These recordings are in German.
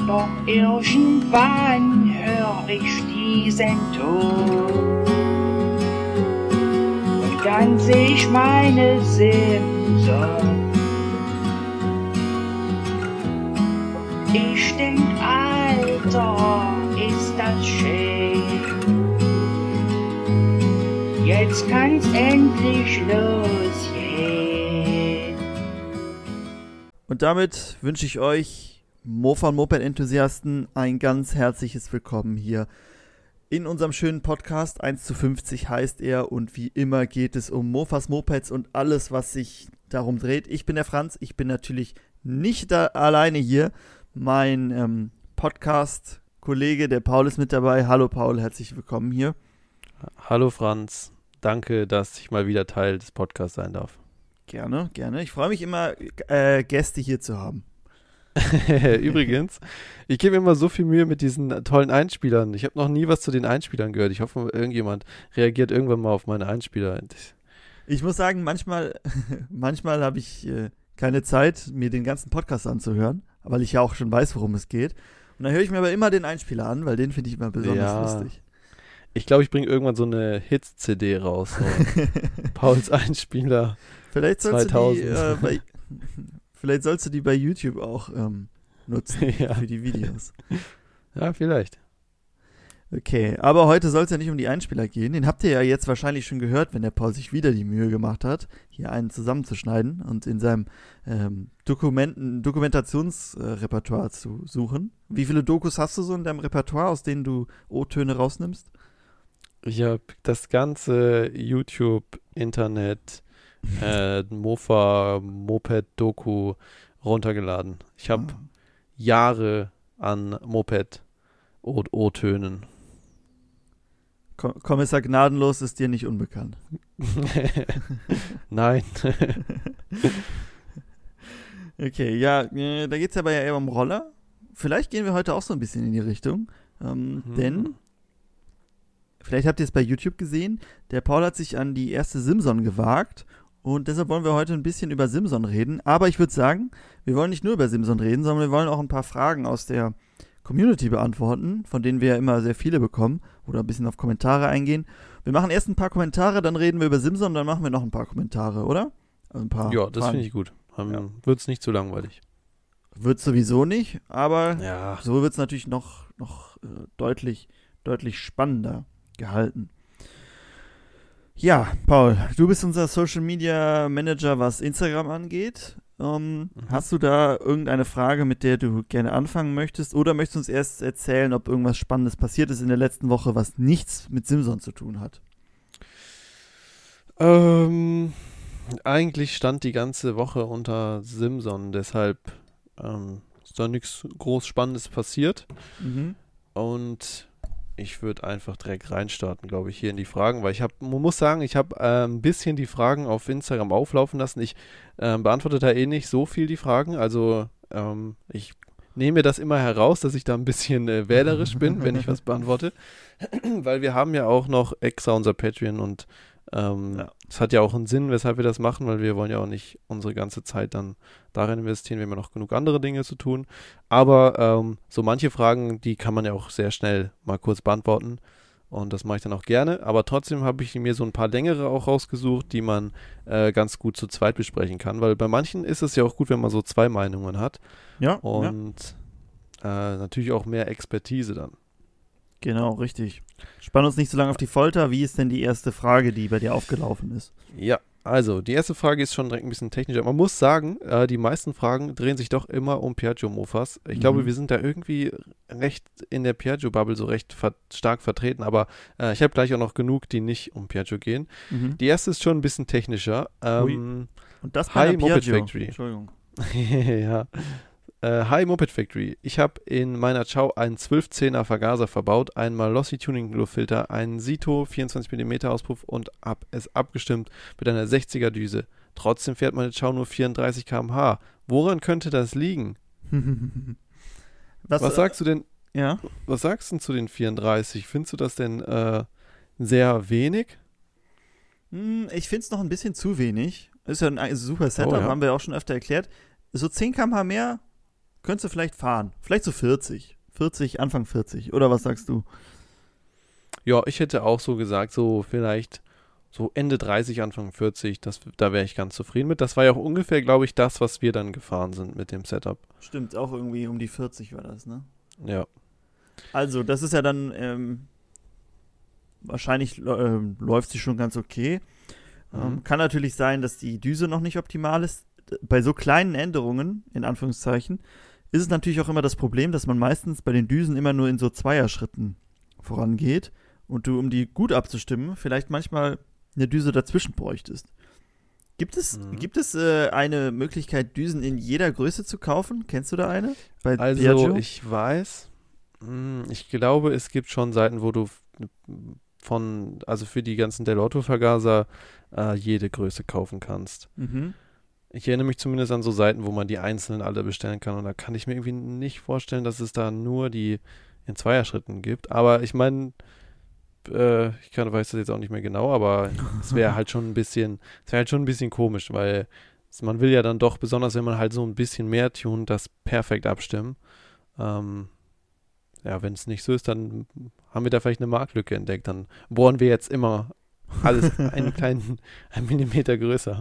Doch irgendwann hör ich diesen Ton. Und dann seh ich meine Simson. Ich denk, Alter, ist das schön. Jetzt kann's endlich losgehen. Und damit wünsche ich euch, Mofa- und Moped-Enthusiasten, ein ganz herzliches Willkommen hier in unserem schönen Podcast. 1:50 heißt er und wie immer geht es um Mofas, Mopeds und alles, was sich darum dreht. Ich bin der Franz, ich bin natürlich nicht alleine hier. Mein Podcast-Kollege, der Paul, ist mit dabei. Hallo Paul, herzlich willkommen hier. Hallo Franz, danke, dass ich mal wieder Teil des Podcasts sein darf. Gerne, gerne. Ich freue mich immer, Gäste hier zu haben. Übrigens, ich gebe mir immer so viel Mühe mit diesen tollen Einspielern. Ich habe noch nie was zu den Einspielern gehört. Ich hoffe, irgendjemand reagiert irgendwann mal auf meine Einspieler. Ich muss sagen, manchmal habe ich keine Zeit, mir den ganzen Podcast anzuhören, weil ich ja auch schon weiß, worum es geht. Und dann höre ich mir aber immer den Einspieler an, weil den finde ich immer besonders lustig. Ich glaube, ich bringe irgendwann so eine Hits-CD raus. So. Pauls Einspieler Vielleicht 2000. Vielleicht sollst du die bei YouTube auch nutzen für die Videos. Ja, vielleicht. Okay, aber heute soll es ja nicht um die Einspieler gehen. Den habt ihr ja jetzt wahrscheinlich schon gehört, wenn der Paul sich wieder die Mühe gemacht hat, hier einen zusammenzuschneiden und in seinem Dokumentationsrepertoire zu suchen. Wie viele Dokus hast du so in deinem Repertoire, aus denen du O-Töne rausnimmst? Ich habe das ganze YouTube, Internet, Mofa, Moped-Doku runtergeladen. Ich habe Jahre an Moped-O-Tönen. Kommissar Gnadenlos ist dir nicht unbekannt. Nein. Okay, ja, da geht es aber ja eher um Roller. Vielleicht gehen wir heute auch so ein bisschen in die Richtung. Denn, vielleicht habt ihr es bei YouTube gesehen, der Paul hat sich an die erste Simson gewagt. Und deshalb wollen wir heute ein bisschen über Simson reden. Aber ich würde sagen, wir wollen nicht nur über Simson reden, sondern wir wollen auch ein paar Fragen aus der Community beantworten, von denen wir ja immer sehr viele bekommen. Oder ein bisschen auf Kommentare eingehen. Wir machen erst ein paar Kommentare, dann reden wir über Simson, dann machen wir noch ein paar Kommentare, oder? Also ein paar ja, das finde ich gut. Wird es nicht zu langweilig. Wird sowieso nicht, aber ja. So wird es natürlich noch deutlich spannender gehalten. Ja, Paul, du bist unser Social Media Manager, was Instagram angeht. Hast du da irgendeine Frage, mit der du gerne anfangen möchtest? Oder möchtest du uns erst erzählen, ob irgendwas Spannendes passiert ist in der letzten Woche, was nichts mit Simson zu tun hat? Eigentlich stand die ganze Woche unter Simson, deshalb ist da nichts groß Spannendes passiert. Und ich würde einfach direkt reinstarten, glaube ich, hier in die Fragen, weil man muss sagen, ich habe ein bisschen die Fragen auf Instagram auflaufen lassen. Ich beantworte da eh nicht so viel die Fragen, also ich nehme mir das immer heraus, dass ich da ein bisschen wählerisch bin, wenn ich was beantworte, weil wir haben ja auch noch extra unser Patreon und es hat ja auch einen Sinn, weshalb wir das machen, weil wir wollen ja auch nicht unsere ganze Zeit dann darin investieren, wir haben ja noch genug andere Dinge zu tun. Aber so manche Fragen, die kann man ja auch sehr schnell mal kurz beantworten und das mache ich dann auch gerne. Aber trotzdem habe ich mir so ein paar längere auch rausgesucht, die man ganz gut zu zweit besprechen kann, weil bei manchen ist es ja auch gut, wenn man so zwei Meinungen hat. Ja. Und natürlich auch mehr Expertise dann. Genau, richtig. Spann uns nicht so lange auf die Folter. Wie ist denn die erste Frage, die bei dir aufgelaufen ist? Ja, also die erste Frage ist schon direkt ein bisschen technischer. Man muss sagen, die meisten Fragen drehen sich doch immer um Piaggio-Mofas. Ich glaube, wir sind da irgendwie recht in der Piaggio-Bubble so recht stark vertreten, aber ich habe gleich auch noch genug, die nicht um Piaggio gehen. Die erste ist schon ein bisschen technischer. Und das bei der Moped Piaggio. Factory. Entschuldigung. Ja. Hi Moped Factory. Ich habe in meiner Ciao einen 1210er Vergaser verbaut, einen Malossi Tuning Luftfilter, einen Sito 24 mm Auspuff und habe es abgestimmt mit einer 60er Düse. Trotzdem fährt meine Ciao nur 34 km/h. Woran könnte das liegen? Was sagst du denn? Ja? Was sagst du denn zu den 34? Findest du das denn sehr wenig? Ich finde es noch ein bisschen zu wenig. Ist ja ein super Setup, haben wir auch schon öfter erklärt. So 10 km/h mehr könntest du vielleicht fahren. Vielleicht so 40. 40, Anfang 40. Oder was sagst du? Ja, ich hätte auch so gesagt, so vielleicht so Ende 30, Anfang 40, da wäre ich ganz zufrieden mit. Das war ja auch ungefähr, glaube ich, das, was wir dann gefahren sind mit dem Setup. Stimmt, auch irgendwie um die 40 war das, ne? Ja. Also, das ist ja dann, wahrscheinlich läuft sie schon ganz okay. Kann natürlich sein, dass die Düse noch nicht optimal ist. Bei so kleinen Änderungen, in Anführungszeichen, ist es natürlich auch immer das Problem, dass man meistens bei den Düsen immer nur in so Zweierschritten vorangeht und du, um die gut abzustimmen, vielleicht manchmal eine Düse dazwischen bräuchtest. Gibt es eine Möglichkeit, Düsen in jeder Größe zu kaufen? Kennst du da eine? Bei Also Piaggio? ich weiß, ich glaube, es gibt schon Seiten, wo du also für die ganzen Dell'Orto-Vergaser jede Größe kaufen kannst. Mhm. Ich erinnere mich zumindest an so Seiten, wo man die einzelnen alle bestellen kann und da kann ich mir irgendwie nicht vorstellen, dass es da nur die in Zweierschritten gibt. Aber ich meine, weiß das jetzt auch nicht mehr genau, aber es wäre halt schon ein bisschen komisch, weil man will ja dann doch, besonders wenn man halt so ein bisschen mehr tunt, das perfekt abstimmen. Ja, wenn es nicht so ist, dann haben wir da vielleicht eine Marktlücke entdeckt. Dann bohren wir jetzt immer alles einen Millimeter größer.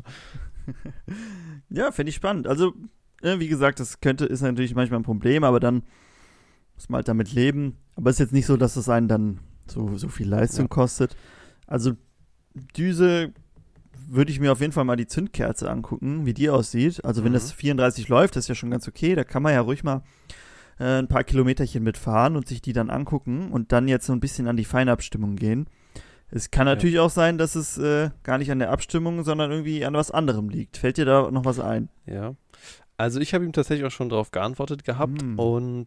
Ja, finde ich spannend. Also, wie gesagt, ist natürlich manchmal ein Problem, aber dann muss man halt damit leben. Aber es ist jetzt nicht so, dass es einen dann so viel Leistung kostet. Also, Düse würde ich mir auf jeden Fall mal die Zündkerze angucken, wie die aussieht. Also, wenn das 34 läuft, das ist ja schon ganz okay. Da kann man ja ruhig mal ein paar Kilometerchen mitfahren und sich die dann angucken und dann jetzt so ein bisschen an die Feinabstimmung gehen. Es kann natürlich auch sein, dass es gar nicht an der Abstimmung, sondern irgendwie an was anderem liegt. Fällt dir da noch was ein? Ja, also ich habe ihm tatsächlich auch schon darauf geantwortet gehabt und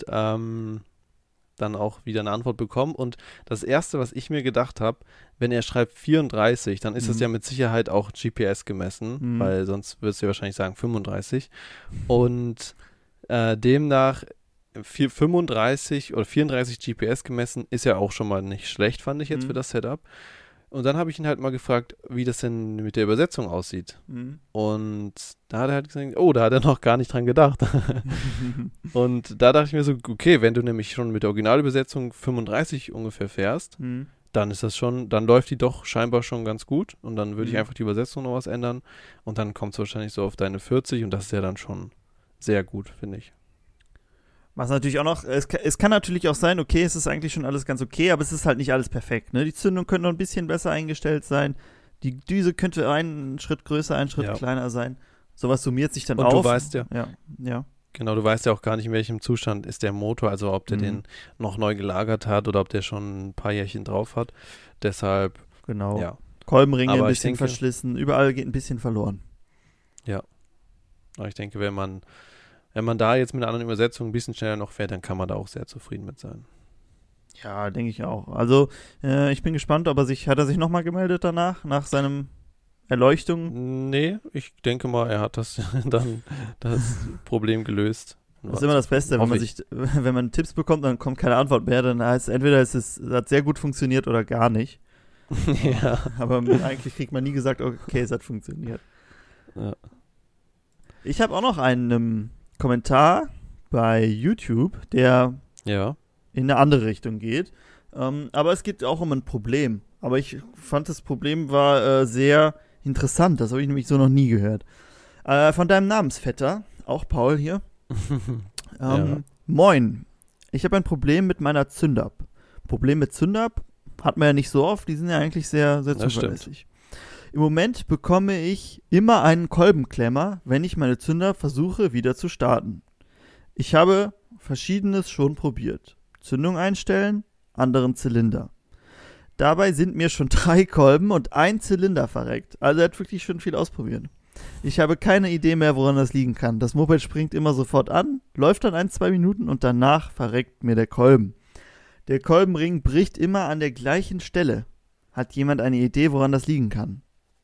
dann auch wieder eine Antwort bekommen. Und das Erste, was ich mir gedacht habe, wenn er schreibt 34, dann ist das ja mit Sicherheit auch GPS gemessen, weil sonst würdest du ja wahrscheinlich sagen 35. Und demnach 35 oder 34 GPS gemessen ist ja auch schon mal nicht schlecht, fand ich jetzt für das Setup. Und dann habe ich ihn halt mal gefragt, wie das denn mit der Übersetzung aussieht. Und da hat er halt gesagt, da hat er noch gar nicht dran gedacht. Und da dachte ich mir so, okay, wenn du nämlich schon mit der Originalübersetzung 35 ungefähr fährst, dann ist das schon, dann läuft die doch scheinbar schon ganz gut. Und dann würde ich einfach die Übersetzung noch was ändern. Und dann kommt es wahrscheinlich so auf deine 40 und das ist ja dann schon sehr gut, finde ich. Was natürlich auch noch, es kann natürlich auch sein, okay, es ist eigentlich schon alles ganz okay, aber es ist halt nicht alles perfekt, ne? Die Zündung könnte noch ein bisschen besser eingestellt sein, die Düse könnte einen Schritt größer, einen Schritt kleiner sein. Sowas summiert sich dann auf. Und du weißt ja. Ja. Genau, du weißt ja auch gar nicht, in welchem Zustand ist der Motor, also ob der den noch neu gelagert hat oder ob der schon ein paar Jährchen drauf hat. Deshalb, genau. Ja. Kolbenringe ein bisschen verschlissen, überall geht ein bisschen verloren. Ja. Aber ich denke, wenn man da jetzt mit einer anderen Übersetzung ein bisschen schneller noch fährt, dann kann man da auch sehr zufrieden mit sein. Ja, denke ich auch. Also, ich bin gespannt, hat er sich nochmal gemeldet danach, nach seinem Erleuchtung? Nee, ich denke mal, er hat das Problem gelöst. Das ist immer das Beste, wenn man Tipps bekommt, dann kommt keine Antwort mehr, dann heißt es entweder es hat sehr gut funktioniert oder gar nicht. Ja. Aber eigentlich kriegt man nie gesagt, okay, es hat funktioniert. Ja. Ich habe auch noch einen Kommentar bei YouTube, der in eine andere Richtung geht. Aber es geht auch um ein Problem. Aber ich fand, das Problem war sehr interessant. Das habe ich nämlich so noch nie gehört. Von deinem Namensvetter, auch Paul hier. Moin. Ich habe ein Problem mit meiner Zündab. Problem mit Zündab hat man ja nicht so oft. Die sind ja eigentlich sehr, sehr zuverlässig. Im Moment bekomme ich immer einen Kolbenklemmer, wenn ich meine Zünder versuche wieder zu starten. Ich habe Verschiedenes schon probiert. Zündung einstellen, anderen Zylinder. Dabei sind mir schon 3 Kolben und ein Zylinder verreckt. Also er hat wirklich schon viel ausprobiert. Ich habe keine Idee mehr, woran das liegen kann. Das Moped springt immer sofort an, läuft dann 1-2 Minuten und danach verreckt mir der Kolben. Der Kolbenring bricht immer an der gleichen Stelle. Hat jemand eine Idee, woran das liegen kann?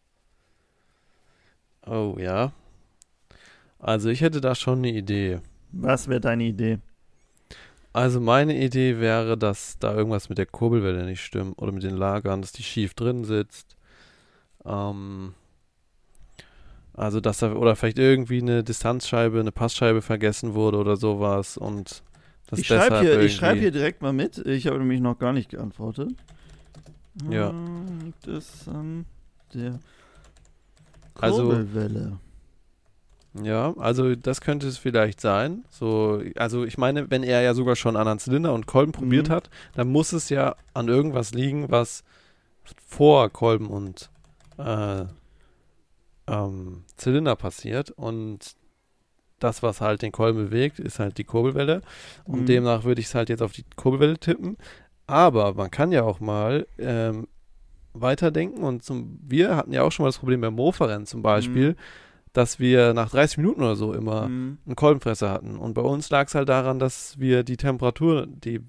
Oh ja. Also ich hätte da schon eine Idee. Was wäre deine Idee? Also meine Idee wäre, dass da irgendwas mit der Kurbelwelle nicht stimmt oder mit den Lagern, dass die schief drin sitzt. Also, dass da, oder vielleicht irgendwie eine Distanzscheibe, eine Passscheibe vergessen wurde oder sowas und das Ich schreibe deshalb hier, schreib irgendwie. hier direkt mal mit. Ich habe nämlich noch gar nicht geantwortet. Ja. Liegt es an der Also- Kurbelwelle? Ja, also das könnte es vielleicht sein. So, also ich meine, wenn er ja sogar schon anderen Zylinder und Kolben probiert hat, dann muss es ja an irgendwas liegen, was vor Kolben und Zylinder passiert. Und das, was halt den Kolben bewegt, ist halt die Kurbelwelle. Und Mhm. demnach würde ich es halt jetzt auf die Kurbelwelle tippen. Aber man kann ja auch mal weiterdenken. Und wir hatten ja auch schon mal das Problem beim Mofa-Rennen zum Beispiel, dass wir nach 30 Minuten oder so immer einen Kolbenfresser hatten. Und bei uns lag es halt daran, dass wir die Temperatur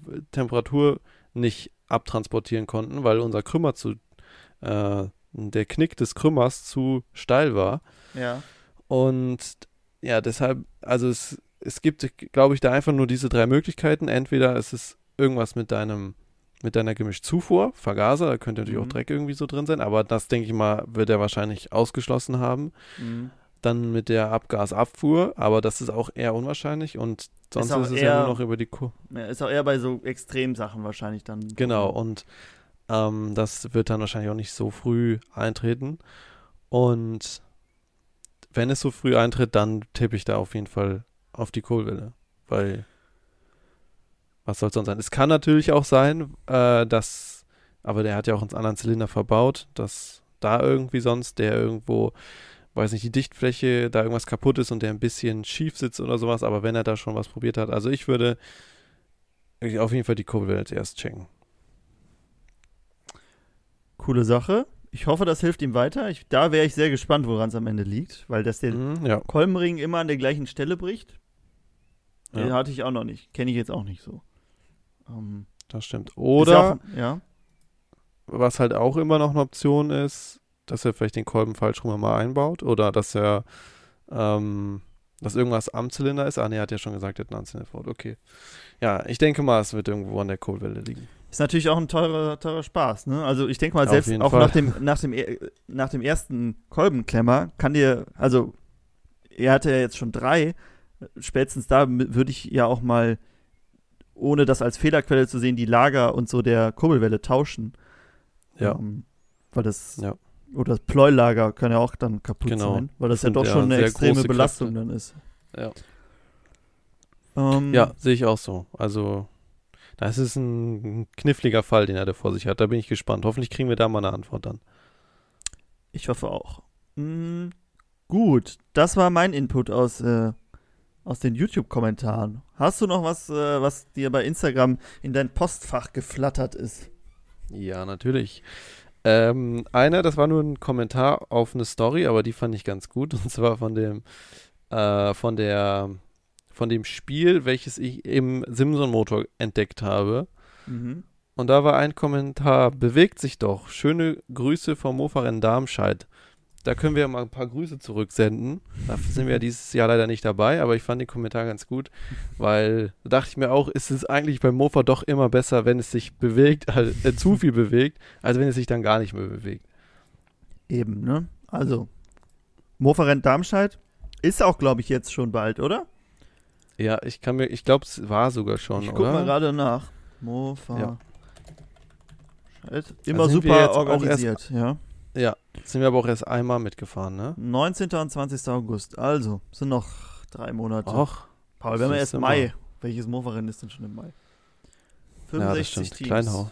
nicht abtransportieren konnten, weil unser Krümmer der Knick des Krümmers zu steil war. Ja. Und ja, deshalb, also es gibt, glaube ich, da einfach nur diese 3 Möglichkeiten. Entweder es ist irgendwas mit deiner Gemischzufuhr, Vergaser, da könnte natürlich auch Dreck irgendwie so drin sein, aber das, denke ich mal, wird er wahrscheinlich ausgeschlossen haben. Dann mit der Abgasabfuhr, aber das ist auch eher unwahrscheinlich und sonst ist es ja nur noch über die Ja, ist auch eher bei so Extremsachen wahrscheinlich dann. Genau, und das wird dann wahrscheinlich auch nicht so früh eintreten. Und wenn es so früh eintritt, dann tippe ich da auf jeden Fall auf die Kurbelwelle, weil was soll es sonst sein? Es kann natürlich auch sein, aber der hat ja auch einen anderen Zylinder verbaut, dass da irgendwie sonst der irgendwo, weiß nicht, die Dichtfläche, da irgendwas kaputt ist und der ein bisschen schief sitzt oder sowas, aber wenn er da schon was probiert hat, also ich würde auf jeden Fall die Kurbelwelle zuerst checken. Coole Sache. Ich hoffe, das hilft ihm weiter. Da wäre ich sehr gespannt, woran es am Ende liegt, weil dass der Ja. Kolbenring immer an der gleichen Stelle bricht, Ja. hatte ich auch noch nicht. Kenne ich jetzt auch nicht so. Das stimmt. Ist Oder auch, ja. was halt auch immer noch eine Option ist, dass er vielleicht den Kolben falsch rum mal einbaut oder dass er dass irgendwas am Zylinder ist. Er hat ja schon gesagt, er hat einen Anzylinder verbaut. Okay. Ja, ich denke mal, es wird irgendwo an der Kurbelwelle liegen. Ist natürlich auch ein teurer Spaß, ne? Also ich denke mal, Auf selbst jeden auch Fall. nach dem ersten Kolbenklemmer er hatte ja jetzt schon 3, spätestens da würde ich ja auch mal, ohne das als Fehlerquelle zu sehen, die Lager und so der Kurbelwelle tauschen. Ja. Weil das, Ja. oder das Pleuellager kann ja auch dann kaputt Genau. sein, weil das ja Sind doch ja schon eine sehr extreme große Belastung Kräfte. dann ist. Ja. Ähm, Ja, sehe ich auch so. Also, das ist ein kniffliger Fall, den er da vor sich hat. Da bin ich gespannt. Hoffentlich kriegen wir da mal eine Antwort dann. Ich hoffe auch. Gut, das war mein Input aus den YouTube-Kommentaren. Hast du noch was dir bei Instagram in dein Postfach geflattert ist? Ja, natürlich. Das war nur ein Kommentar auf eine Story, aber die fand ich ganz gut. Und zwar von dem Spiel, welches ich im Simson-Motor entdeckt habe. Und da war ein Kommentar: bewegt sich doch. Schöne Grüße vom Mofa-Rennen Darmstadt. Da können wir ja mal ein paar Grüße zurücksenden. Da sind wir ja dieses Jahr leider nicht dabei, aber ich fand den Kommentar ganz gut, weil da dachte ich mir auch, ist es eigentlich beim Mofa doch immer besser, wenn es sich bewegt, zu viel bewegt, als wenn es sich dann gar nicht mehr bewegt. Eben, ne? Also, Mofa-Rennen Darmstadt ist auch, glaube ich, jetzt schon bald, oder? Ja, ich glaube, es war sogar schon, Ich oder? guck mal gerade nach. Mofa. Ja. Immer sind wir super jetzt auch organisiert, ja. Ja, sind wir aber auch erst einmal mitgefahren, ne? 19. und 20. August. Also, sind noch 3 Monate. Och, Paul, wir haben ja erst siehst du Mai. mal. Welches Mofa-Rennen ist denn schon im Mai? ja, das 65 stimmt. Teams. Kleinhaus.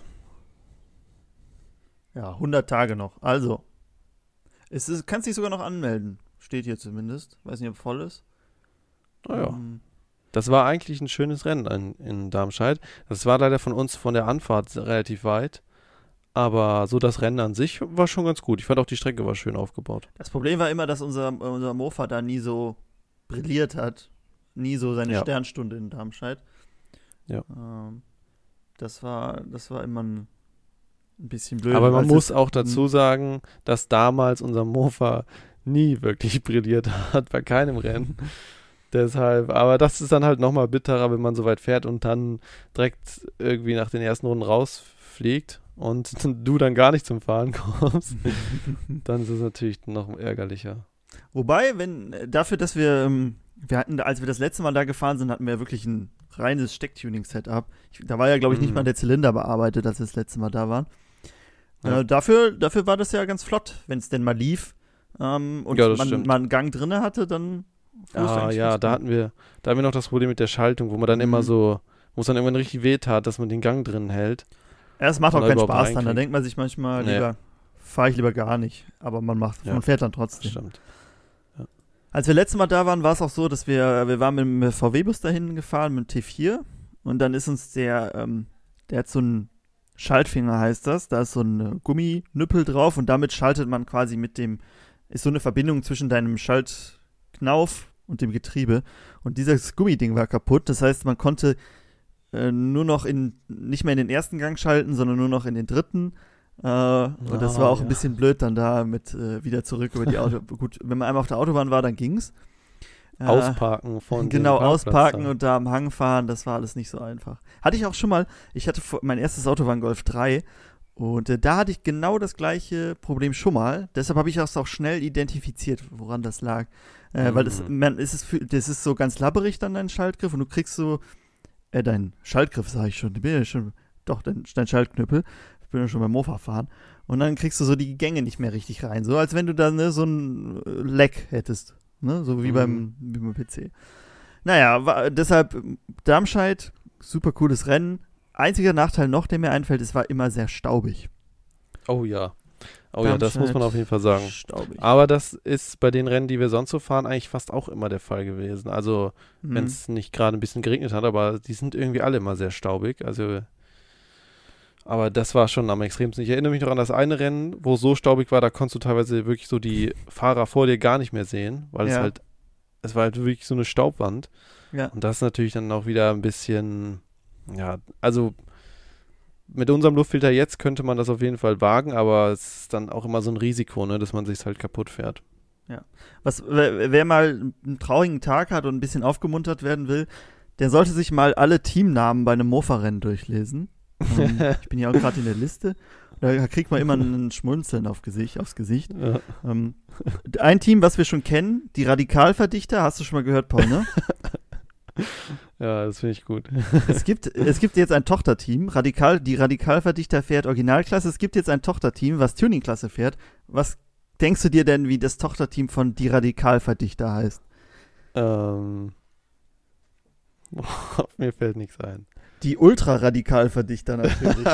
Ja, 100 Tage noch. Also, kannst dich sogar noch anmelden. Steht hier zumindest. Weiß nicht, ob voll ist. Naja. Das war eigentlich ein schönes Rennen in Darmstadt. Das war leider von uns von der Anfahrt relativ weit. Aber so das Rennen an sich war schon ganz gut. Ich fand auch, die Strecke war schön aufgebaut. Das Problem war immer, dass unser Mofa da nie so brilliert hat. Nie so seine Sternstunde in Darmstadt. Ja. Das war immer ein bisschen blöd. Aber man muss auch dazu sagen, dass damals unser Mofa nie wirklich brilliert hat, bei keinem Rennen. Deshalb, aber das ist dann halt nochmal bitterer, wenn man so weit fährt und dann direkt irgendwie nach den ersten Runden rausfliegt und du dann gar nicht zum Fahren kommst. Dann ist es natürlich noch ärgerlicher. Wobei, dafür, dass wir hatten, als wir das letzte Mal da gefahren sind, hatten wir wirklich ein reines Stecktuning-Setup. Da war ja, glaube ich, nicht mal der Zylinder bearbeitet, als wir das letzte Mal da waren. Ja. Dafür war das ja ganz flott, wenn es denn mal lief. Und man einen Gang drin hatte, dann da hatten wir noch das Problem mit der Schaltung, wo man dann immer so, wo es dann irgendwann richtig weh tat, dass man den Gang drin hält. Ja, es macht auch keinen Spaß dann. Da denkt man sich manchmal fahre ich lieber gar nicht. Aber man fährt dann trotzdem. Stimmt. Ja. Als wir letztes Mal da waren, war es auch so, dass wir waren mit dem VW-Bus dahin gefahren, mit dem T4. Und dann ist uns der hat so einen Schaltfinger, heißt das. Da ist so ein Gumminüppel drauf und damit schaltet man quasi ist so eine Verbindung zwischen deinem Schaltknauf und dem Getriebe. Und dieses Gummiding war kaputt. Das heißt, man konnte nur noch nicht mehr in den ersten Gang schalten, sondern nur noch in den dritten. Und das war auch ein bisschen blöd dann da mit wieder zurück über die Autobahn. Gut, wenn man einmal auf der Autobahn war, dann ging's. Ausparken von Genau, ausparken und da am Hang fahren, das war alles nicht so einfach. Hatte ich auch schon mal, mein erstes Auto war ein Golf 3 und da hatte ich genau das gleiche Problem schon mal. Deshalb habe ich das auch schnell identifiziert, woran das lag. Weil das ist so ganz labberig dann, dein Schaltgriff, und du kriegst so, dein Schaltgriff sage ich schon, dein Schaltknüppel. Ich bin ja schon beim Mofa fahren. Und dann kriegst du so die Gänge nicht mehr richtig rein. So als wenn du da so ein Leck hättest. Ne? So wie beim PC. Naja, deshalb Darmstadt, super cooles Rennen. Einziger Nachteil noch, der mir einfällt, es war immer sehr staubig. Oh ja. Oh ja, das muss man auf jeden Fall sagen. Staubig. Aber das ist bei den Rennen, die wir sonst so fahren, eigentlich fast auch immer der Fall gewesen. Also, wenn es nicht gerade ein bisschen geregnet hat, aber die sind irgendwie alle immer sehr staubig. Also, aber das war schon am extremsten. Ich erinnere mich noch an das eine Rennen, wo es so staubig war, da konntest du teilweise wirklich so die Fahrer vor dir gar nicht mehr sehen, weil es war halt wirklich so eine Staubwand. Ja. Und das ist natürlich dann auch wieder ein bisschen, ja, also mit unserem Luftfilter jetzt könnte man das auf jeden Fall wagen, aber es ist dann auch immer so ein Risiko, ne, dass man sich halt kaputt fährt. Ja. Wer mal einen traurigen Tag hat und ein bisschen aufgemuntert werden will, der sollte sich mal alle Teamnamen bei einem Mofa-Rennen durchlesen. Ich bin ja auch gerade in der Liste. Da kriegt man immer ein Schmunzeln aufs Gesicht. Ja. Ein Team, was wir schon kennen, die Radikalverdichter, hast du schon mal gehört, Paul, ne? Ja, das finde ich gut. Es gibt jetzt ein Tochterteam, die Radikalverdichter fährt Originalklasse. Es gibt jetzt ein Tochterteam, was Tuningklasse fährt. Was denkst du dir denn, wie das Tochterteam von die Radikalverdichter heißt? Mir fällt nichts ein. Die Ultraradikalverdichter natürlich.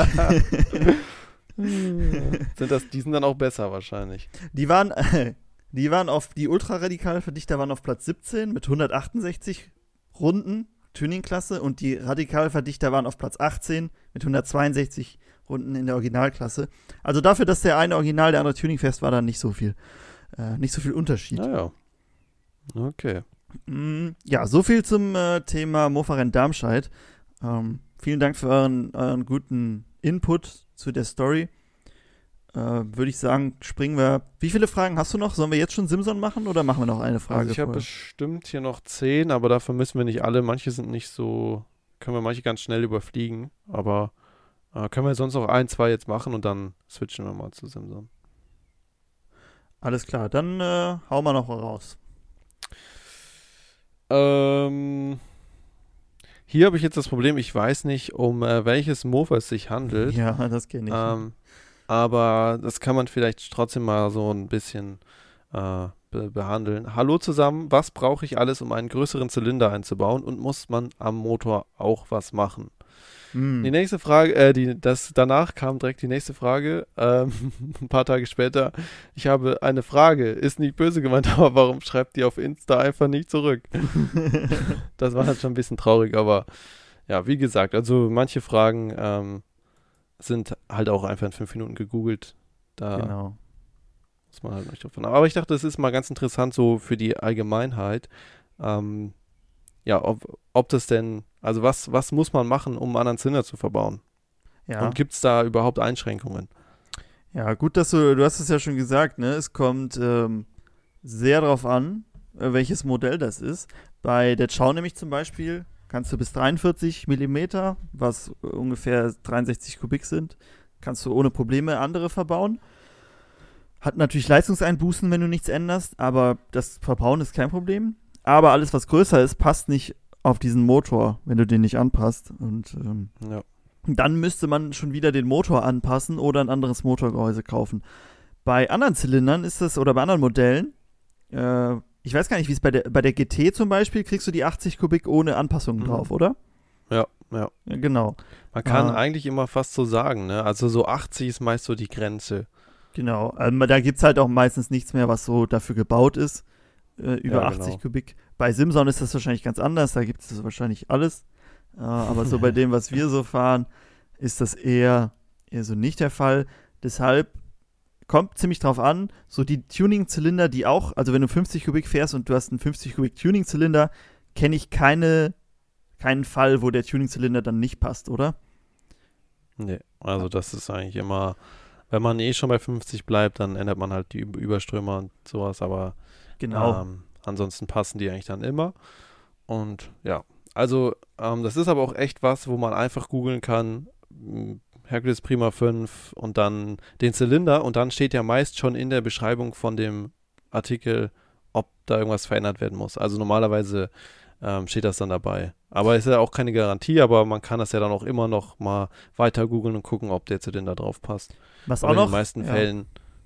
Die sind dann auch besser wahrscheinlich. Die Ultraradikalverdichter waren auf Platz 17 mit 168 Runden Tuningklasse und die Radikalverdichter waren auf Platz 18 mit 162 Runden in der Originalklasse. Also dafür, dass der eine Original, der andere Tuningfest war, da nicht so viel Unterschied. Naja. Okay. Ja, so viel zum Thema Mofa-Rennen Darmstadt. Vielen Dank für euren guten Input zu der Story. Würde ich sagen, springen wir. Wie viele Fragen hast du noch? Sollen wir jetzt schon Simson machen oder machen wir noch eine Frage? Also ich habe bestimmt hier noch 10, aber dafür müssen wir nicht alle. Manche sind nicht so, können wir manche ganz schnell überfliegen. Aber können wir sonst noch 1, 2 jetzt machen und dann switchen wir mal zu Simson. Alles klar, dann hauen wir noch mal raus. Hier habe ich jetzt das Problem, ich weiß nicht, um welches Mofa es sich handelt. Ja, das kenne ich. Aber das kann man vielleicht trotzdem mal so ein bisschen behandeln. Hallo zusammen, was brauche ich alles, um einen größeren Zylinder einzubauen und muss man am Motor auch was machen? Die nächste Frage, danach kam direkt die nächste Frage, ein paar Tage später. Ich habe eine Frage, ist nicht böse gemeint, aber warum schreibt die auf Insta einfach nicht zurück? Das war halt schon ein bisschen traurig, aber ja, wie gesagt, also manche Fragen sind halt auch einfach in 5 Minuten gegoogelt. Da muss man halt nicht davon. Aber ich dachte, das ist mal ganz interessant so für die Allgemeinheit. Ja, ob das denn, also was muss man machen, um einen anderen Zylinder zu verbauen? Ja. Und gibt es da überhaupt Einschränkungen? Ja, gut, dass du hast es ja schon gesagt, ne? Es kommt sehr darauf an, welches Modell das ist. Bei der Chow nämlich zum Beispiel kannst du bis 43 mm, was ungefähr 63 Kubik sind, kannst du ohne Probleme andere verbauen. Hat natürlich Leistungseinbußen, wenn du nichts änderst, aber das Verbauen ist kein Problem. Aber alles, was größer ist, passt nicht auf diesen Motor, wenn du den nicht anpasst. Und dann müsste man schon wieder den Motor anpassen oder ein anderes Motorgehäuse kaufen. Bei anderen Zylindern ist das, oder bei anderen Modellen, ich weiß gar nicht, wie es bei der GT zum Beispiel, kriegst du die 80 Kubik ohne Anpassungen drauf, oder? Ja. Genau. Man kann eigentlich immer fast so sagen, ne? Also so 80 ist meist so die Grenze. Genau. Da gibt es halt auch meistens nichts mehr, was so dafür gebaut ist, über 80 Kubik. Bei Simson ist das wahrscheinlich ganz anders, da gibt es wahrscheinlich alles. Aber so bei dem, was wir so fahren, ist das eher so nicht der Fall. Deshalb kommt ziemlich drauf an, so die Tuning-Zylinder, die auch, also wenn du 50 Kubik fährst und du hast einen 50 Kubik Tuning-Zylinder, kenne ich keinen Fall, wo der Tuning-Zylinder dann nicht passt, oder? Nee, also das ist eigentlich immer, wenn man schon bei 50 bleibt, dann ändert man halt die Überströmer und sowas, aber genau. Ansonsten passen die eigentlich dann immer. Und ja, also das ist aber auch echt was, wo man einfach googeln kann, Hercules Prima 5 und dann den Zylinder und dann steht ja meist schon in der Beschreibung von dem Artikel, ob da irgendwas verändert werden muss. Also normalerweise steht das dann dabei. Aber es ist ja auch keine Garantie, aber man kann das ja dann auch immer noch mal weiter googeln und gucken, ob der Zylinder drauf passt. Was aber auch noch? In den meisten Fällen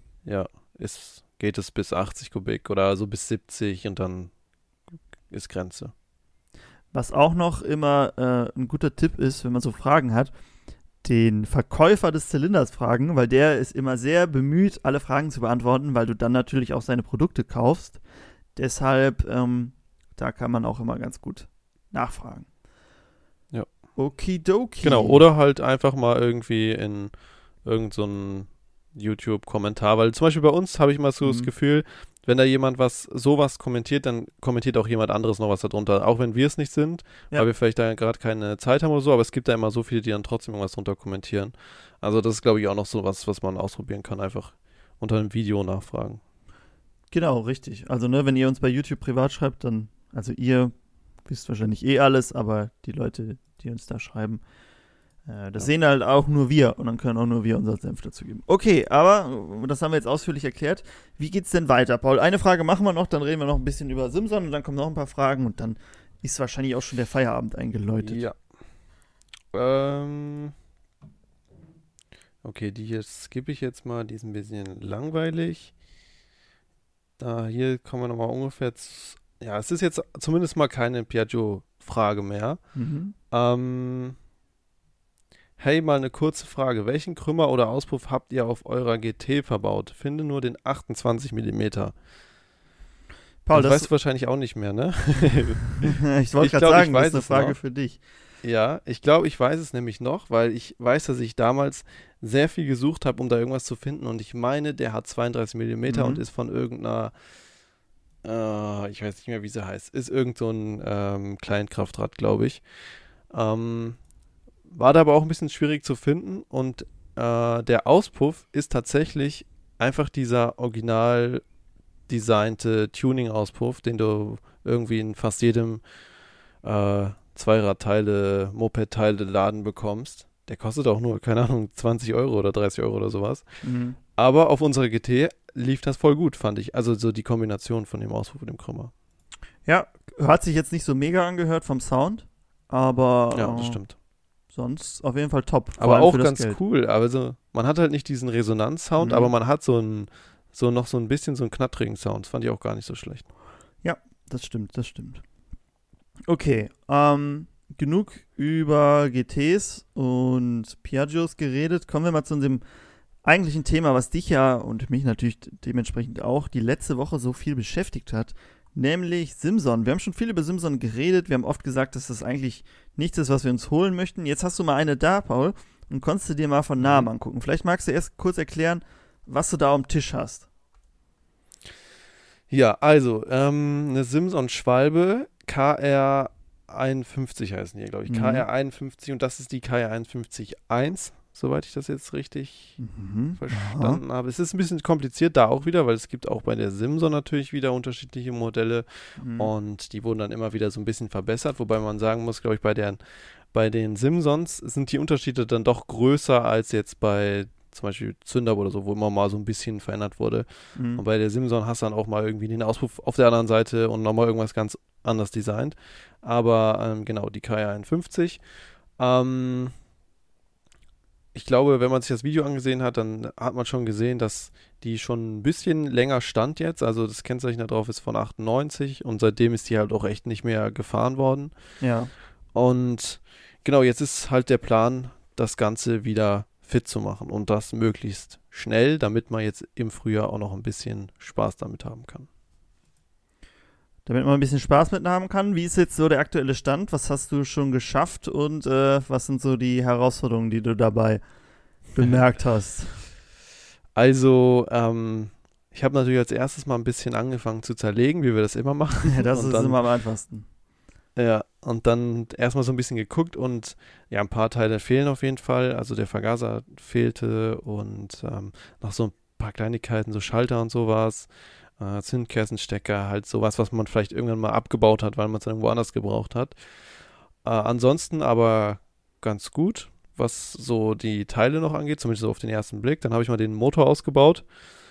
geht es bis 80 Kubik oder so bis 70 und dann ist Grenze. Was auch noch immer ein guter Tipp ist, wenn man so Fragen hat, den Verkäufer des Zylinders fragen, weil der ist immer sehr bemüht, alle Fragen zu beantworten, weil du dann natürlich auch seine Produkte kaufst. Deshalb, da kann man auch immer ganz gut nachfragen. Ja. Okidoki. Genau, oder halt einfach mal irgendwie in irgendeinen so YouTube-Kommentar, weil zum Beispiel bei uns habe ich mal so das Gefühl, wenn da jemand sowas kommentiert, dann kommentiert auch jemand anderes noch was darunter, auch wenn wir es nicht sind, weil wir vielleicht da gerade keine Zeit haben oder so, aber es gibt da immer so viele, die dann trotzdem irgendwas drunter kommentieren. Also das ist, glaube ich, auch noch so was man ausprobieren kann, einfach unter einem Video nachfragen. Genau, richtig. Also wenn ihr uns bei YouTube privat schreibt, dann, also ihr wisst wahrscheinlich alles, aber die Leute, die uns da schreiben, das sehen halt auch nur wir und dann können auch nur wir unser Senf dazu geben. Okay, aber das haben wir jetzt ausführlich erklärt. Wie geht's denn weiter, Paul? Eine Frage machen wir noch, dann reden wir noch ein bisschen über Simson und dann kommen noch ein paar Fragen und dann ist wahrscheinlich auch schon der Feierabend eingeläutet. Ja. Okay, die hier skippe ich jetzt mal, die ist ein bisschen langweilig. Hier kommen wir nochmal ungefähr es ist jetzt zumindest mal keine Piaggio-Frage mehr. Hey, mal eine kurze Frage. Welchen Krümmer oder Auspuff habt ihr auf eurer GT verbaut? Finde nur den 28 mm. Paul, das weißt du wahrscheinlich auch nicht mehr, ne? Ich wollte gerade sagen, das ist eine Frage für dich. Ja, ich glaube, ich weiß es nämlich noch, weil ich weiß, dass ich damals sehr viel gesucht habe, um da irgendwas zu finden und ich meine, der hat 32 mm und ist von irgendeiner, ich weiß nicht mehr, wie sie heißt, ist irgend so ein Kleinkraftrad, glaube ich. War da aber auch ein bisschen schwierig zu finden und der Auspuff ist tatsächlich einfach dieser original designte Tuning-Auspuff, den du irgendwie in fast jedem Zweiradteile, Moped-Teile-Laden bekommst. Der kostet auch nur, keine Ahnung, 20 Euro oder 30 Euro oder sowas. Aber auf unserer GT lief das voll gut, fand ich. Also so die Kombination von dem Auspuff und dem Krümmer. Ja, hat sich jetzt nicht so mega angehört vom Sound, aber ja, das stimmt. Sonst auf jeden Fall top. Aber auch ganz Geld. Cool. Also man hat halt nicht diesen Resonanzsound, aber man hat noch so ein bisschen so einen knattrigen Sound. Das fand ich auch gar nicht so schlecht. Ja, das stimmt. Okay, genug über GTs und Piaggios geredet. Kommen wir mal zu dem eigentlichen Thema, was dich ja und mich natürlich dementsprechend auch die letzte Woche so viel beschäftigt hat, nämlich Simson. Wir haben schon viel über Simson geredet. Wir haben oft gesagt, dass das eigentlich nichts ist, was wir uns holen möchten. Jetzt hast du mal eine da, Paul, und konntest du dir mal von nahem angucken. Vielleicht magst du erst kurz erklären, was du da am Tisch hast. Ja, also eine Simson Schwalbe KR51 heißen die, glaube ich. KR51 und das ist die KR51-1, soweit ich das jetzt richtig verstanden habe. Es ist ein bisschen kompliziert da auch wieder, weil es gibt auch bei der Simson natürlich wieder unterschiedliche Modelle und die wurden dann immer wieder so ein bisschen verbessert, wobei man sagen muss, glaube ich, bei den Simsons sind die Unterschiede dann doch größer als jetzt bei zum Beispiel Zünder oder so, wo immer mal so ein bisschen verändert wurde. Und bei der Simson hast du dann auch mal irgendwie den Auspuff auf der anderen Seite und nochmal irgendwas ganz anders designt. Aber genau, die K51. Ich glaube, wenn man sich das Video angesehen hat, dann hat man schon gesehen, dass die schon ein bisschen länger stand jetzt. Also das Kennzeichen da drauf ist von 98 und seitdem ist die halt auch echt nicht mehr gefahren worden. Ja. Und genau, jetzt ist halt der Plan, das Ganze wieder fit zu machen und das möglichst schnell, damit man jetzt im Frühjahr auch noch ein bisschen Spaß damit haben kann. Damit man ein bisschen Spaß mit haben kann. Wie ist jetzt so der aktuelle Stand? Was hast du schon geschafft und was sind so die Herausforderungen, die du dabei bemerkt hast? Also, ich habe natürlich als erstes mal ein bisschen angefangen zu zerlegen, wie wir das immer machen. Ja, das und ist dann, immer am einfachsten. Ja, und dann erstmal so ein bisschen geguckt und ja, ein paar Teile fehlen auf jeden Fall. Also der Vergaser fehlte und noch so ein paar Kleinigkeiten, so Schalter und sowas. Zündkerzenstecker, halt sowas, was man vielleicht irgendwann mal abgebaut hat, weil man es dann irgendwo anders gebraucht hat. Ansonsten aber ganz gut, was so die Teile noch angeht, zumindest so auf den ersten Blick. Dann habe ich mal den Motor ausgebaut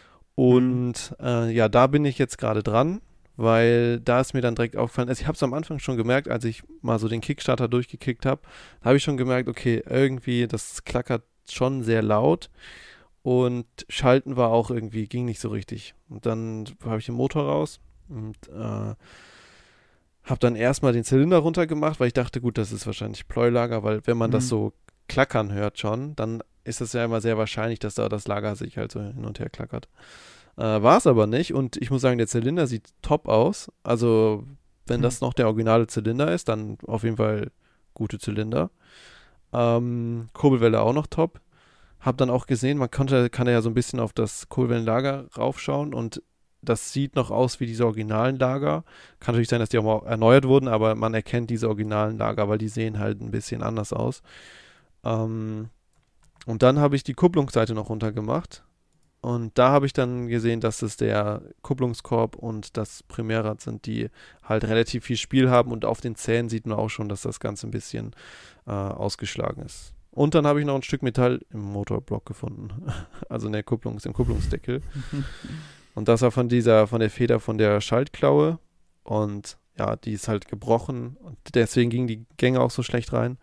und ja, da bin ich jetzt gerade dran, weil da ist mir dann direkt aufgefallen, also ich habe es am Anfang schon gemerkt, als ich mal so den Kickstarter durchgekickt habe, da habe ich schon gemerkt, okay, irgendwie, das klackert schon sehr laut. Und Schalten war auch irgendwie, ging nicht so richtig. Und dann habe ich den Motor raus und habe dann erstmal den Zylinder runtergemacht, weil ich dachte, gut, das ist wahrscheinlich Pleulager, weil wenn man das so klackern hört schon, dann ist es ja immer sehr wahrscheinlich, dass da das Lager sich halt so hin und her klackert. War es aber nicht und ich muss sagen, der Zylinder sieht top aus. Also wenn das noch der originale Zylinder ist, dann auf jeden Fall gute Zylinder. Kurbelwelle auch noch top. Hab dann auch gesehen, kann ja so ein bisschen auf das Kurbelwellenlager raufschauen und das sieht noch aus wie diese originalen Lager. Kann natürlich sein, dass die auch mal erneuert wurden, aber man erkennt diese originalen Lager, weil die sehen halt ein bisschen anders aus. Und dann habe ich die Kupplungsseite noch runtergemacht und da habe ich dann gesehen, dass es der Kupplungskorb und das Primärrad sind, die halt relativ viel Spiel haben und auf den Zähnen sieht man auch schon, dass das Ganze ein bisschen ausgeschlagen ist. Und dann habe ich noch ein Stück Metall im Motorblock gefunden. Also im Kupplungsdeckel. Und das war von der Feder von der Schaltklaue. Und ja, die ist halt gebrochen. Und deswegen gingen die Gänge auch so schlecht rein.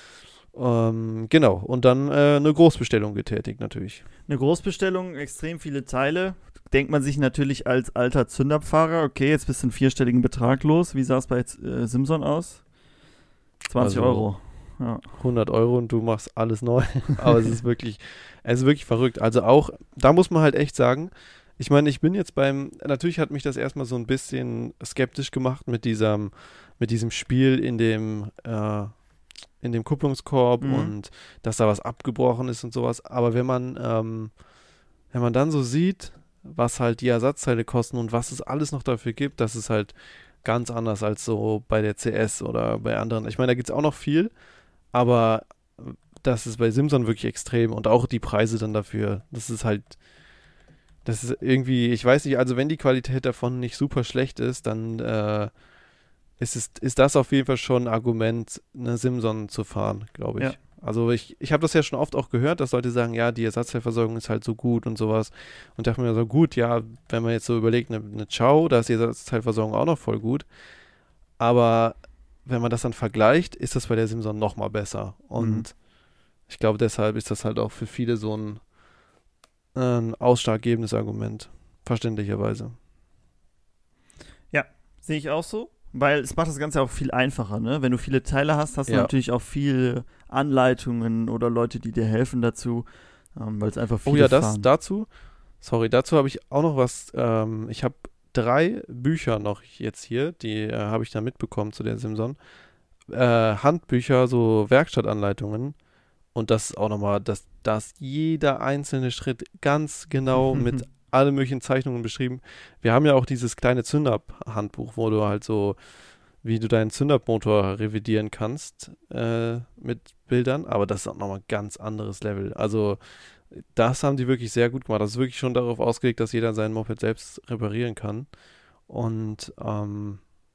Genau. Und dann eine Großbestellung getätigt natürlich. Eine Großbestellung, extrem viele Teile. Denkt man sich natürlich als alter Zünderpfahrer, okay, jetzt bist du einen vierstelligen Betrag los. Wie sah es bei Simson aus? 20 Euro. Ja. 100 Euro und du machst alles neu. Aber es ist wirklich verrückt. Also auch, da muss man halt echt sagen, ich meine, ich bin jetzt natürlich hat mich das erstmal so ein bisschen skeptisch gemacht mit diesem Spiel in dem Kupplungskorb und dass da was abgebrochen ist und sowas. Aber wenn man dann so sieht, was halt die Ersatzteile kosten und was es alles noch dafür gibt, das ist halt ganz anders als so bei der CS oder bei anderen. Ich meine, da gibt es auch noch viel, aber das ist bei Simson wirklich extrem und auch die Preise dann dafür. Das ist irgendwie, ich weiß nicht, also wenn die Qualität davon nicht super schlecht ist, dann ist das auf jeden Fall schon ein Argument, eine Simson zu fahren, glaube ich. Ja. Also ich habe das ja schon oft auch gehört, dass Leute sagen, ja, die Ersatzteilversorgung ist halt so gut und sowas. Und dachte mir so, gut, ja, wenn man jetzt so überlegt, eine Chow, da ist die Ersatzteilversorgung auch noch voll gut. Aber wenn man das dann vergleicht, ist das bei der Simson noch mal besser. Und ich glaube, deshalb ist das halt auch für viele so ein ausschlaggebendes Argument. Verständlicherweise. Ja, sehe ich auch so. Weil es macht das Ganze auch viel einfacher, ne? Wenn du viele Teile hast, hast du natürlich auch viele Anleitungen oder Leute, die dir helfen dazu, weil es einfach viele fahren. Dazu habe ich auch noch was, ich habe 3 Bücher noch jetzt hier, die habe ich da mitbekommen zu der Simson. Handbücher, so Werkstattanleitungen und das ist auch nochmal, dass jeder einzelne Schritt ganz genau mit alle möglichen Zeichnungen beschrieben. Wir haben ja auch dieses kleine Zünder-Handbuch, wo du halt so, wie du deinen Zündermotor revidieren kannst mit Bildern, aber das ist auch nochmal ein ganz anderes Level. Also das haben die wirklich sehr gut gemacht. Das ist wirklich schon darauf ausgelegt, dass jeder sein Moped selbst reparieren kann. Und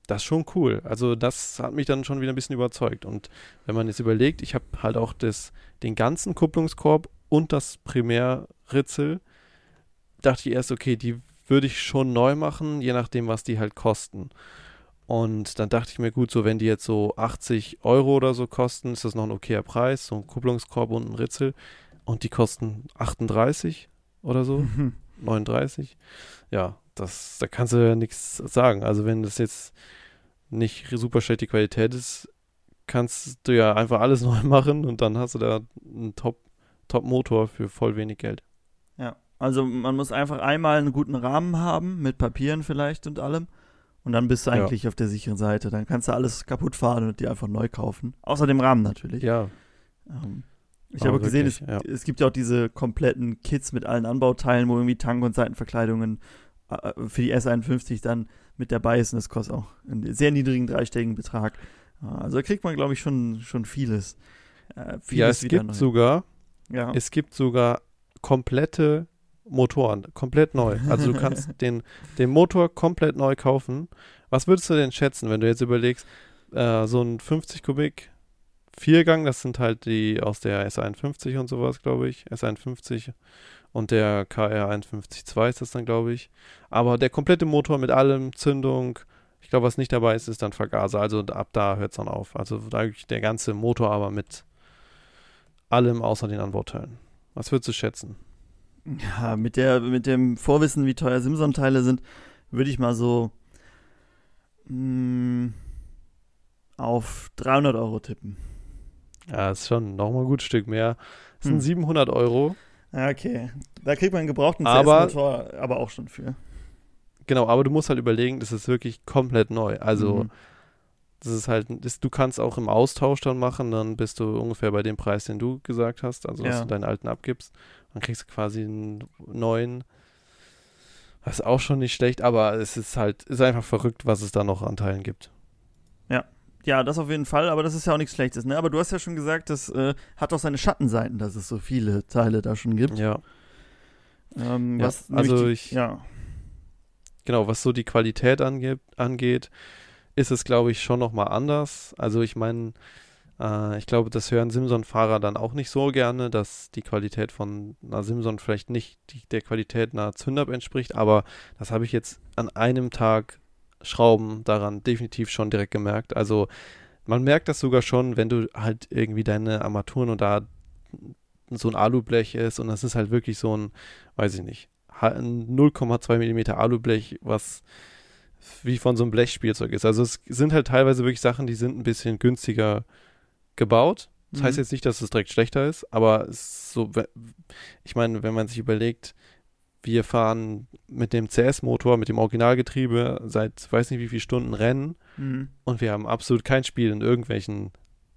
das ist schon cool. Also das hat mich dann schon wieder ein bisschen überzeugt. Und wenn man jetzt überlegt, ich habe halt auch den ganzen Kupplungskorb und das Primärritzel, dachte ich erst, okay, die würde ich schon neu machen, je nachdem, was die halt kosten. Und dann dachte ich mir, gut, so wenn die jetzt so 80 Euro oder so kosten, ist das noch ein okayer Preis, so ein Kupplungskorb und ein Ritzel. Und die kosten 38 oder so, 39. Ja, da kannst du ja nichts sagen. Also wenn das jetzt nicht super schlechte Qualität ist, kannst du ja einfach alles neu machen und dann hast du da einen Top-Motor für voll wenig Geld. Ja, also man muss einfach einmal einen guten Rahmen haben, mit Papieren vielleicht und allem. Und dann bist du eigentlich auf der sicheren Seite. Dann kannst du alles kaputt fahren und dir einfach neu kaufen. Außer dem Rahmen natürlich. Ja. Ich habe gesehen, es gibt ja auch diese kompletten Kits mit allen Anbauteilen, wo irgendwie Tank- und Seitenverkleidungen für die S51 dann mit dabei ist. Und das kostet auch einen sehr niedrigen dreistelligen Betrag. Also da kriegt man, glaube ich, schon vieles. Es gibt sogar komplette Motoren, komplett neu. Also du kannst den Motor komplett neu kaufen. Was würdest du denn schätzen, wenn du jetzt überlegst, so ein 50 Kubik Viergang, das sind halt die aus der S51 und sowas, glaube ich. S51 und der KR 51.2 ist das dann, glaube ich. Aber der komplette Motor mit allem, Zündung, ich glaube, was nicht dabei ist, ist dann Vergaser. Also ab da hört es dann auf. Also der ganze Motor aber mit allem außer den Anbauteilen. Was würdest du schätzen? Ja, mit dem Vorwissen, wie teuer Simson-Teile sind, würde ich mal so auf 300 Euro tippen. Ja, ist schon nochmal ein gutes Stück mehr. Das sind 700 Euro. Ja, okay. Da kriegt man einen gebrauchten CS-Motor aber auch schon für. Genau, aber du musst halt überlegen, das ist wirklich komplett neu. Also das ist halt, du kannst auch im Austausch dann machen, dann bist du ungefähr bei dem Preis, den du gesagt hast, also dass du deinen alten abgibst. Dann kriegst du quasi einen neuen. Das ist auch schon nicht schlecht, aber es ist einfach verrückt, was es da noch an Teilen gibt. Ja, das auf jeden Fall, aber das ist ja auch nichts Schlechtes, ne? Aber du hast ja schon gesagt, das hat auch seine Schattenseiten, dass es so viele Teile da schon gibt. Ja. Was so die Qualität angeht, ist es, glaube ich, schon nochmal anders. Also ich meine, ich glaube, das hören Simson-Fahrer dann auch nicht so gerne, dass die Qualität von einer Simson vielleicht nicht der Qualität einer Zündab entspricht, aber das habe ich jetzt an einem Tag Schrauben daran definitiv schon direkt gemerkt. Also man merkt das sogar schon, wenn du halt irgendwie deine Armaturen und da so ein Alublech ist und das ist halt wirklich so ein, weiß ich nicht, ein 0,2 mm Alublech, was wie von so einem Blechspielzeug ist. Also es sind halt teilweise wirklich Sachen, die sind ein bisschen günstiger gebaut. Das heißt jetzt nicht, dass es direkt schlechter ist, aber es ist so, ich meine, wenn man sich überlegt, wir fahren mit dem CS-Motor, mit dem Originalgetriebe seit weiß nicht wie viele Stunden Rennen und wir haben absolut kein Spiel in irgendwelchen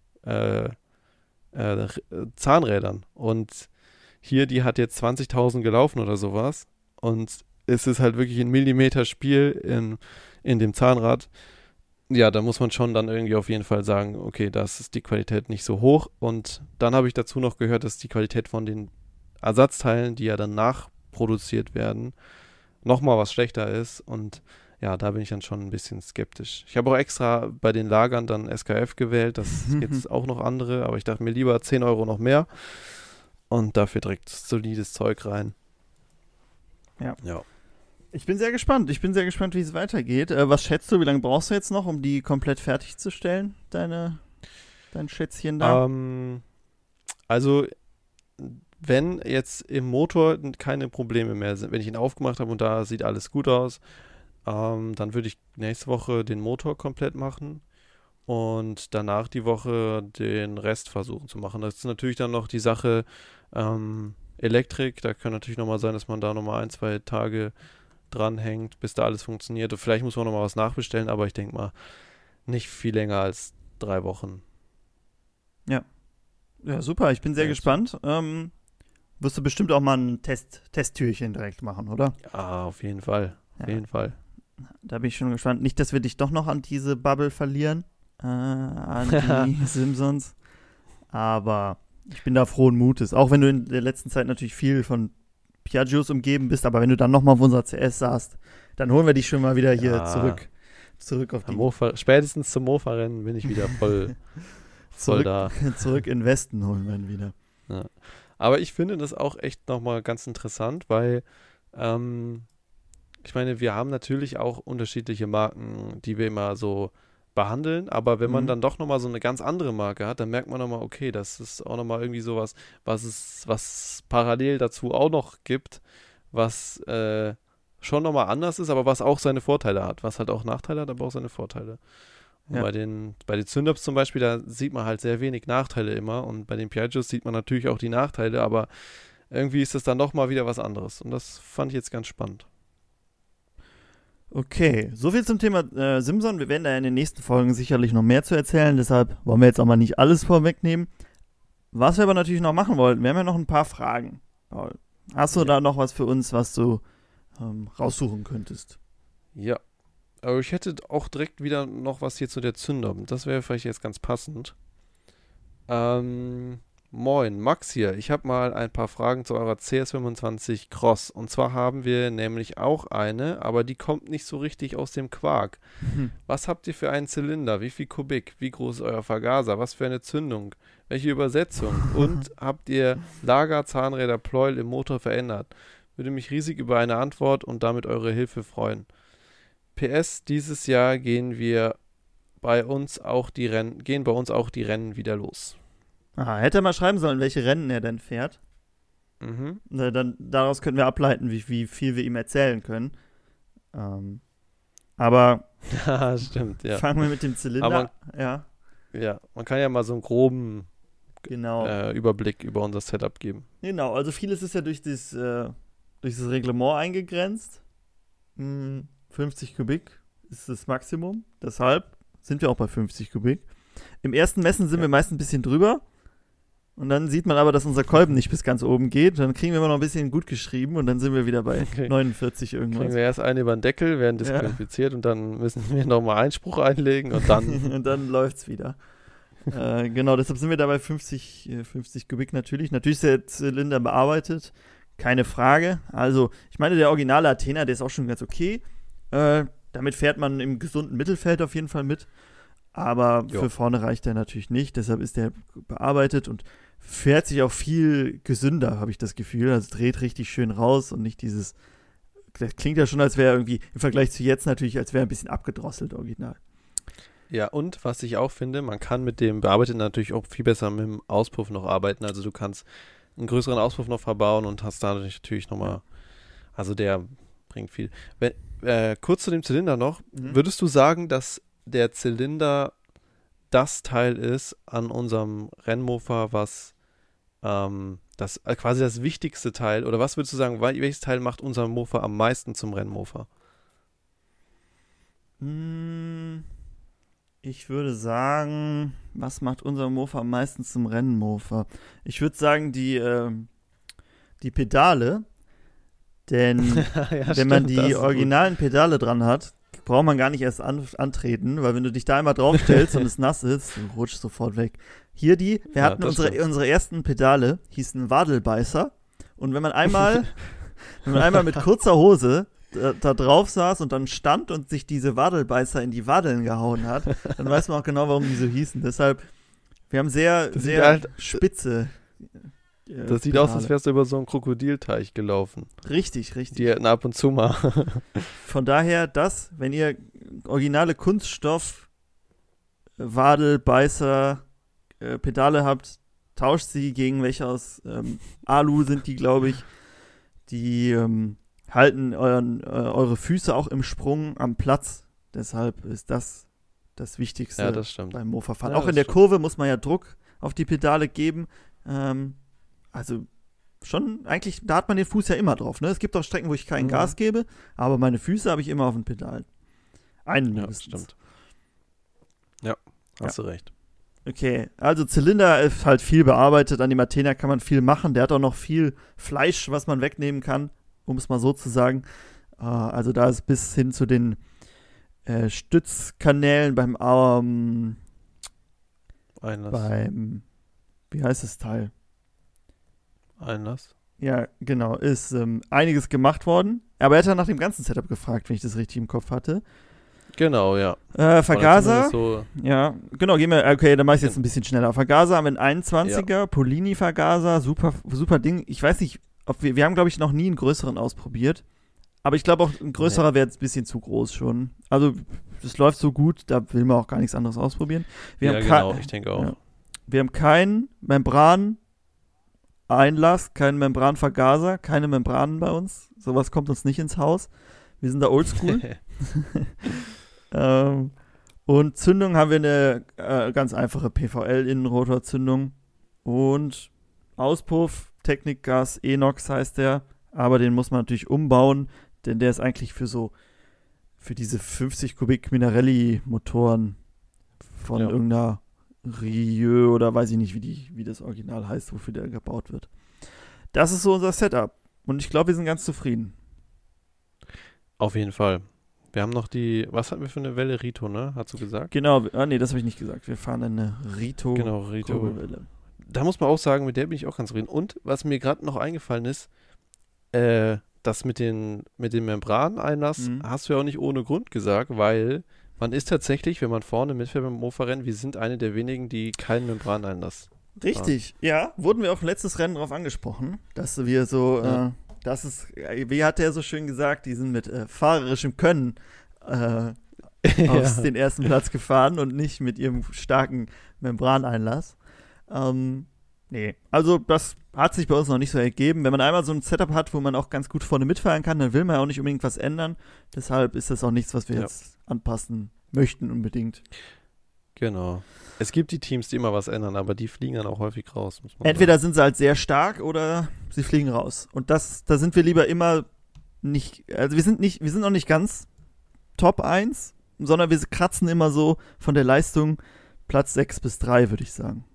Zahnrädern. Und hier, die hat jetzt 20.000 gelaufen oder sowas und es ist halt wirklich ein Millimeter-Spiel in dem Zahnrad. Ja, da muss man schon dann irgendwie auf jeden Fall sagen, okay, das ist die Qualität nicht so hoch. Und dann habe ich dazu noch gehört, dass die Qualität von den Ersatzteilen, die ja dann nachproduziert werden, nochmal was schlechter ist. Und ja, da bin ich dann schon ein bisschen skeptisch. Ich habe auch extra bei den Lagern dann SKF gewählt. Das gibt es auch noch andere, aber ich dachte mir lieber 10 Euro noch mehr und dafür direkt solides Zeug rein. Ja. Ich bin sehr gespannt. Wie es weitergeht. Was schätzt du, wie lange brauchst du jetzt noch, um die komplett fertigzustellen, dein Schätzchen da? Also, wenn jetzt im Motor keine Probleme mehr sind, wenn ich ihn aufgemacht habe und da sieht alles gut aus, dann würde ich nächste Woche den Motor komplett machen und danach die Woche den Rest versuchen zu machen. Das ist natürlich dann noch die Sache Elektrik. Da kann natürlich nochmal sein, dass man da nochmal 1-2 Tage dranhängt, bis da alles funktioniert. Und vielleicht muss man nochmal was nachbestellen, aber ich denke mal, nicht viel länger als 3 Wochen. Ja, super. Ich bin sehr gespannt. Wirst du bestimmt auch mal ein Testtürchen direkt machen, oder? Ja, auf jeden Fall. Auf jeden Fall. Da bin ich schon gespannt. Nicht, dass wir dich doch noch an diese Bubble verlieren, an die Simsons. Aber ich bin da frohen Mutes. Auch wenn du in der letzten Zeit natürlich viel von Piaggios umgeben bist, aber wenn du dann nochmal auf unserer CS saßt, dann holen wir dich schon mal wieder hier zurück. Zurück auf die Spätestens zum Mofa-Rennen bin ich wieder voll da. Zurück in den Westen holen wir ihn wieder. Ja. Aber ich finde das auch echt nochmal ganz interessant, weil ich meine, wir haben natürlich auch unterschiedliche Marken, die wir immer so behandeln, aber wenn man dann doch nochmal so eine ganz andere Marke hat, dann merkt man nochmal, okay, das ist auch nochmal irgendwie sowas, was parallel dazu auch noch gibt, was schon nochmal anders ist, aber was auch seine Vorteile hat, was halt auch Nachteile hat, aber auch seine Vorteile. Und bei den Zündaps zum Beispiel, da sieht man halt sehr wenig Nachteile immer und bei den Piaggios sieht man natürlich auch die Nachteile, aber irgendwie ist es dann doch mal wieder was anderes und das fand ich jetzt ganz spannend. Okay, soviel zum Thema Simson. Wir werden da in den nächsten Folgen sicherlich noch mehr zu erzählen, deshalb wollen wir jetzt auch mal nicht alles vorwegnehmen. Was wir aber natürlich noch machen wollten, wir haben ja noch ein paar Fragen. Paul, hast du da noch was für uns, was du raussuchen könntest? Ja, aber ich hätte auch direkt wieder noch was hier zu der Zünder. Das wäre vielleicht jetzt ganz passend. Moin, Max hier. Ich habe mal ein paar Fragen zu eurer CS25 Cross. Und zwar haben wir nämlich auch eine, aber die kommt nicht so richtig aus dem Quark. Was habt ihr für einen Zylinder? Wie viel Kubik? Wie groß ist euer Vergaser? Was für eine Zündung? Welche Übersetzung? Und habt ihr Lager, Zahnräder, Pleuel im Motor verändert? Würde mich riesig über eine Antwort und damit eure Hilfe freuen. PS, dieses Jahr gehen bei uns auch die Rennen wieder los. Aha, hätte er mal schreiben sollen, welche Rennen er denn fährt. Dann daraus können wir ableiten, wie viel wir ihm erzählen können. Aber ja, stimmt, ja. Fangen wir mit dem Zylinder. Ja, man kann ja mal so einen groben Überblick über unser Setup geben. Genau, also vieles ist ja durch das Reglement eingegrenzt. 50 Kubik ist das Maximum. Deshalb sind wir auch bei 50 Kubik. Im ersten Messen sind wir meist ein bisschen drüber. Und dann sieht man aber, dass unser Kolben nicht bis ganz oben geht. Dann kriegen wir immer noch ein bisschen gut geschrieben und dann sind wir wieder bei 49 irgendwas. Kriegen wir erst einen über den Deckel, werden disqualifiziert und dann müssen wir nochmal Einspruch einlegen und dann... und dann läuft's wieder. Genau, deshalb sind wir da bei 50 Kubik natürlich. Natürlich ist der Zylinder bearbeitet, keine Frage. Also, ich meine, der originale Athena, der ist auch schon ganz okay. Damit fährt man im gesunden Mittelfeld auf jeden Fall mit. Aber für vorne reicht der natürlich nicht. Deshalb ist der bearbeitet und fährt sich auch viel gesünder, habe ich das Gefühl. Also dreht richtig schön raus und nicht dieses, das klingt ja schon, als wäre irgendwie im Vergleich zu jetzt natürlich, als wäre ein bisschen abgedrosselt original. Ja, und was ich auch finde, man kann mit dem Bearbeiteten natürlich auch viel besser mit dem Auspuff noch arbeiten. Also du kannst einen größeren Auspuff noch verbauen und hast dadurch natürlich nochmal, also der bringt viel. Kurz zu dem Zylinder noch, würdest du sagen, dass der Zylinder das Teil ist an unserem Rennmofa, was quasi das wichtigste Teil, oder was würdest du sagen, welches Teil macht unser Mofa am meisten zum Rennmofa? Ich würde sagen, was macht unser Mofa am meisten zum Rennmofa? Ich würde sagen, die Pedale, denn wenn man die originalen Pedale dran hat, braucht man gar nicht erst antreten, weil wenn du dich da einmal draufstellst und es nass ist, du rutschst sofort weg. Hier wir hatten unsere ersten Pedale, hießen Wadelbeißer. Und wenn man einmal mit kurzer Hose da drauf saß und dann stand und sich diese Wadelbeißer in die Wadeln gehauen hat, dann weiß man auch genau, warum die so hießen. Deshalb, wir haben sehr spitze Das sieht aus, als wärst du über so einen Krokodilteich gelaufen. Richtig. Die hätten ab und zu mal. Von daher, wenn ihr originale Kunststoff, Wadelbeißer, Pedale habt, tauscht sie gegen welche aus Alu sind die, glaube ich. Die halten eure Füße auch im Sprung am Platz. Deshalb ist das Wichtigste beim Mofa-Fahren. Auch in der Kurve muss man ja Druck auf die Pedale geben. Also schon eigentlich, da hat man den Fuß ja immer drauf. Ne? Es gibt auch Strecken, wo ich kein Gas gebe, aber meine Füße habe ich immer auf den Pedalen. Mindestens. Stimmt. Ja, hast du recht. Okay, also Zylinder ist halt viel bearbeitet. An dem Athena kann man viel machen. Der hat auch noch viel Fleisch, was man wegnehmen kann, um es mal so zu sagen. Also da ist bis hin zu den Stützkanälen beim wie heißt das Teil? Einlass. Ja, genau, ist einiges gemacht worden. Aber er hat ja nach dem ganzen Setup gefragt, wenn ich das richtig im Kopf hatte. Genau, ja. Vergaser. So Ja, genau, okay, dann mach ich jetzt ein bisschen schneller. Vergaser haben wir einen 21er, Ja. Polini-Vergaser, super, super Ding. Ich weiß nicht, ob wir haben, glaube ich, noch nie einen größeren ausprobiert. Aber ich glaube auch, ein größerer wäre jetzt ein bisschen zu groß schon. Also, das läuft so gut, da will man auch gar nichts anderes ausprobieren. Genau, ich denke auch. Ja. Wir haben keinen Membran-Einlass, keinen Membranvergaser, keine Membranen bei uns. Sowas kommt uns nicht ins Haus. Wir sind da oldschool. Und Zündung haben wir eine ganz einfache PVL-Innenrotorzündung. Und Auspuff, Technikgas, Enox heißt der. Aber den muss man natürlich umbauen, denn der ist eigentlich für diese 50 Kubik Minarelli-Motoren von irgendeiner Rieu oder weiß ich nicht, wie das Original heißt, wofür der gebaut wird. Das ist so unser Setup. Und ich glaube, wir sind ganz zufrieden. Auf jeden Fall. Wir haben noch was hatten wir für eine Welle? Rito, ne? Hast du gesagt? Genau, nee, das habe ich nicht gesagt. Wir fahren eine Rito. Genau, Rito. Kurbelwelle. Da muss man auch sagen, mit der bin ich auch ganz zufrieden. Und was mir gerade noch eingefallen ist, das mit dem Membraneinlass hast du ja auch nicht ohne Grund gesagt, weil man ist tatsächlich, wenn man vorne mitfährt beim Mofa-Rennen, wir sind eine der wenigen, die keinen Membraneinlass haben. Richtig, ja. Wurden wir auf letztes Rennen drauf angesprochen, dass wir so, wie hat der so schön gesagt, die sind mit fahrerischem Können auf den ersten Platz gefahren und nicht mit ihrem starken Membraneinlass. Nee, also das hat sich bei uns noch nicht so ergeben. Wenn man einmal so ein Setup hat, wo man auch ganz gut vorne mitfahren kann, dann will man ja auch nicht unbedingt was ändern. Deshalb ist das auch nichts, was wir jetzt anpassen möchten unbedingt. Genau. Es gibt die Teams, die immer was ändern, aber die fliegen dann auch häufig raus. Muss man Entweder sind sie halt sehr stark oder sie fliegen raus. Und da sind wir lieber immer nicht, also wir sind noch nicht ganz Top 1, sondern wir kratzen immer so von der Leistung Platz 6 bis 3, würde ich sagen.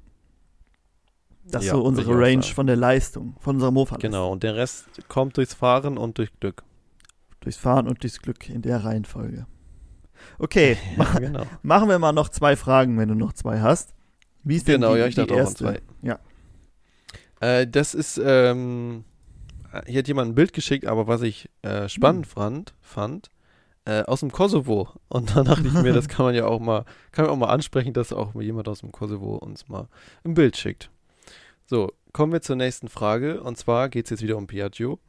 Das ist so unsere Range von der Leistung, von unserer Mofa-Leistung. Genau, und der Rest kommt durchs Fahren und durch Glück. Durchs Fahren und durchs Glück in der Reihenfolge. Okay, genau. Machen wir mal noch 2 Fragen, wenn du noch 2 hast. Wie ist denn ich dachte auch an 2. Ja. Das ist, hier hat jemand ein Bild geschickt, aber was ich spannend fand, aus dem Kosovo. Und dann dachte ich mir, das kann man auch mal ansprechen, dass auch jemand aus dem Kosovo uns mal ein Bild schickt. So, kommen wir zur nächsten Frage. Und zwar geht es jetzt wieder um Piaggio.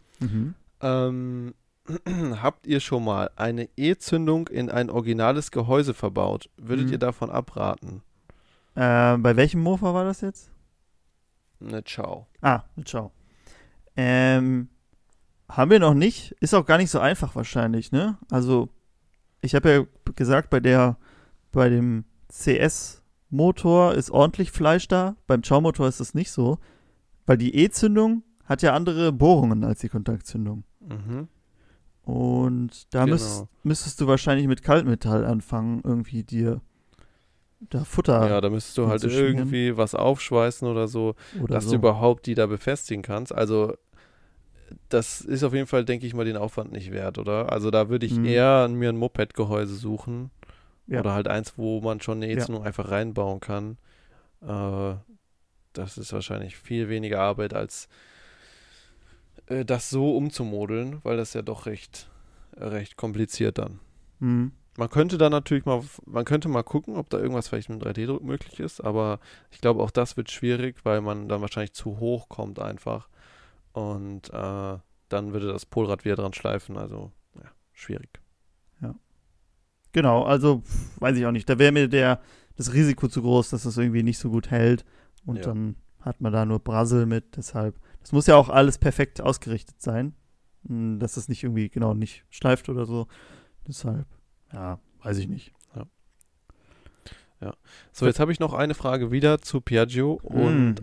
Habt ihr schon mal eine E-Zündung in ein originales Gehäuse verbaut? Würdet ihr davon abraten? Bei welchem Mofa war das jetzt? Ne, ciao. Eine Ciao. Haben wir noch nicht. Ist auch gar nicht so einfach wahrscheinlich, ne? Also, ich habe ja gesagt, bei dem CS-Motor ist ordentlich Fleisch da. Beim Ciao-Motor ist das nicht so. Weil die E-Zündung hat ja andere Bohrungen als die Kontaktzündung. Und da müsstest du wahrscheinlich mit Kaltmetall anfangen, irgendwie dir da Futter. Ja, da müsstest du halt irgendwie was aufschweißen oder so, dass du überhaupt die da befestigen kannst. Also das ist auf jeden Fall, denke ich mal, den Aufwand nicht wert, oder? Also da würde ich eher mir ein Moped-Gehäuse suchen. Ja. Oder halt eins, wo man schon eine E-Zündung einfach reinbauen kann. Das ist wahrscheinlich viel weniger Arbeit, als das so umzumodeln, weil das ja doch recht kompliziert dann. Man könnte dann natürlich mal gucken, ob da irgendwas vielleicht mit dem 3D-Druck möglich ist, aber ich glaube, auch das wird schwierig, weil man dann wahrscheinlich zu hoch kommt einfach und dann würde das Polrad wieder dran schleifen, also ja, schwierig. Ja. Genau, also weiß ich auch nicht, da wäre mir das Risiko zu groß, dass das irgendwie nicht so gut hält und dann hat man da nur Brassel mit, deshalb, das muss ja auch alles perfekt ausgerichtet sein, dass das nicht irgendwie nicht schleift oder so, deshalb, ja, weiß ich nicht. Ja. So, jetzt habe ich noch eine Frage wieder zu Piaggio und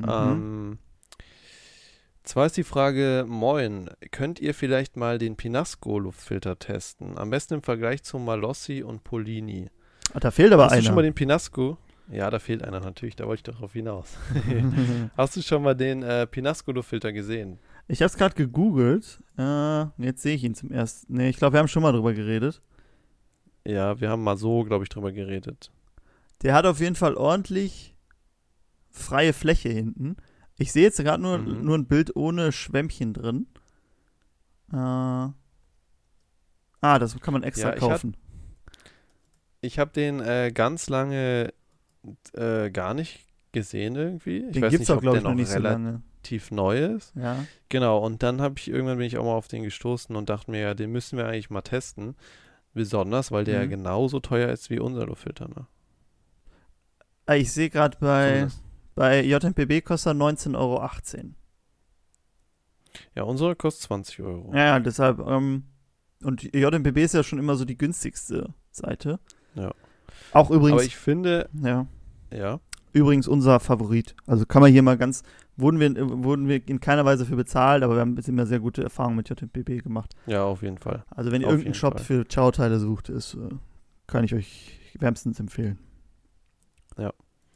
zwar ist die Frage, moin, könnt ihr vielleicht mal den Pinasco-Luftfilter testen? Am besten im Vergleich zu Malossi und Polini. Da fehlt aber einer. Hast du schon mal den Pinasco? Ja, da fehlt einer natürlich, da wollte ich darauf hinaus. Hast du schon mal den Pinasco-Luftfilter gesehen? Ich habe es gerade gegoogelt. Jetzt sehe ich ihn zum ersten. Nee, ich glaube, wir haben schon mal drüber geredet. Ja, wir haben mal so, glaube ich, drüber geredet. Der hat auf jeden Fall ordentlich freie Fläche hinten. Ich sehe jetzt gerade nur ein Bild ohne Schwämmchen drin. Das kann man extra kaufen. Ich habe den ganz lange gar nicht gesehen irgendwie. Ich Den weiß gibt's nicht, auch, ob glaube der ich, noch noch nicht so lange. relativ neu ist. Ja. Genau, und dann bin ich auch mal auf den gestoßen und dachte mir, ja, den müssen wir eigentlich mal testen. Besonders, weil der genauso teuer ist wie unser Luftfilter, ne? Ich sehe gerade bei JMPB kostet er 19,18 €. Ja, unsere kostet 20 Euro. Ja, deshalb, und JMPB ist ja schon immer so die günstigste Seite. Ja. Auch übrigens. Aber ich finde, ja. Übrigens unser Favorit. Also kann man hier mal wurden wir in keiner Weise für bezahlt, aber wir haben immer sehr gute Erfahrungen mit JMPB gemacht. Ja, auf jeden Fall. Also wenn ihr irgendeinen Shop für Chow-Teile sucht, kann ich euch wärmstens empfehlen. Ja.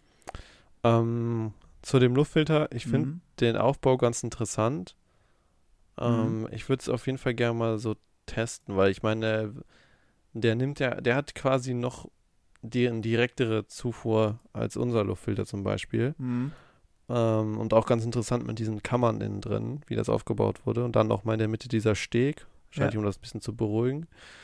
Zu dem Luftfilter, ich finde den Aufbau ganz interessant. Ich würde es auf jeden Fall gerne mal so testen, weil ich meine, der hat quasi noch eine direktere Zufuhr als unser Luftfilter zum Beispiel. Und auch ganz interessant mit diesen Kammern innen drin, wie das aufgebaut wurde. Und dann nochmal in der Mitte dieser Steg, wahrscheinlich um das ein bisschen zu beruhigen.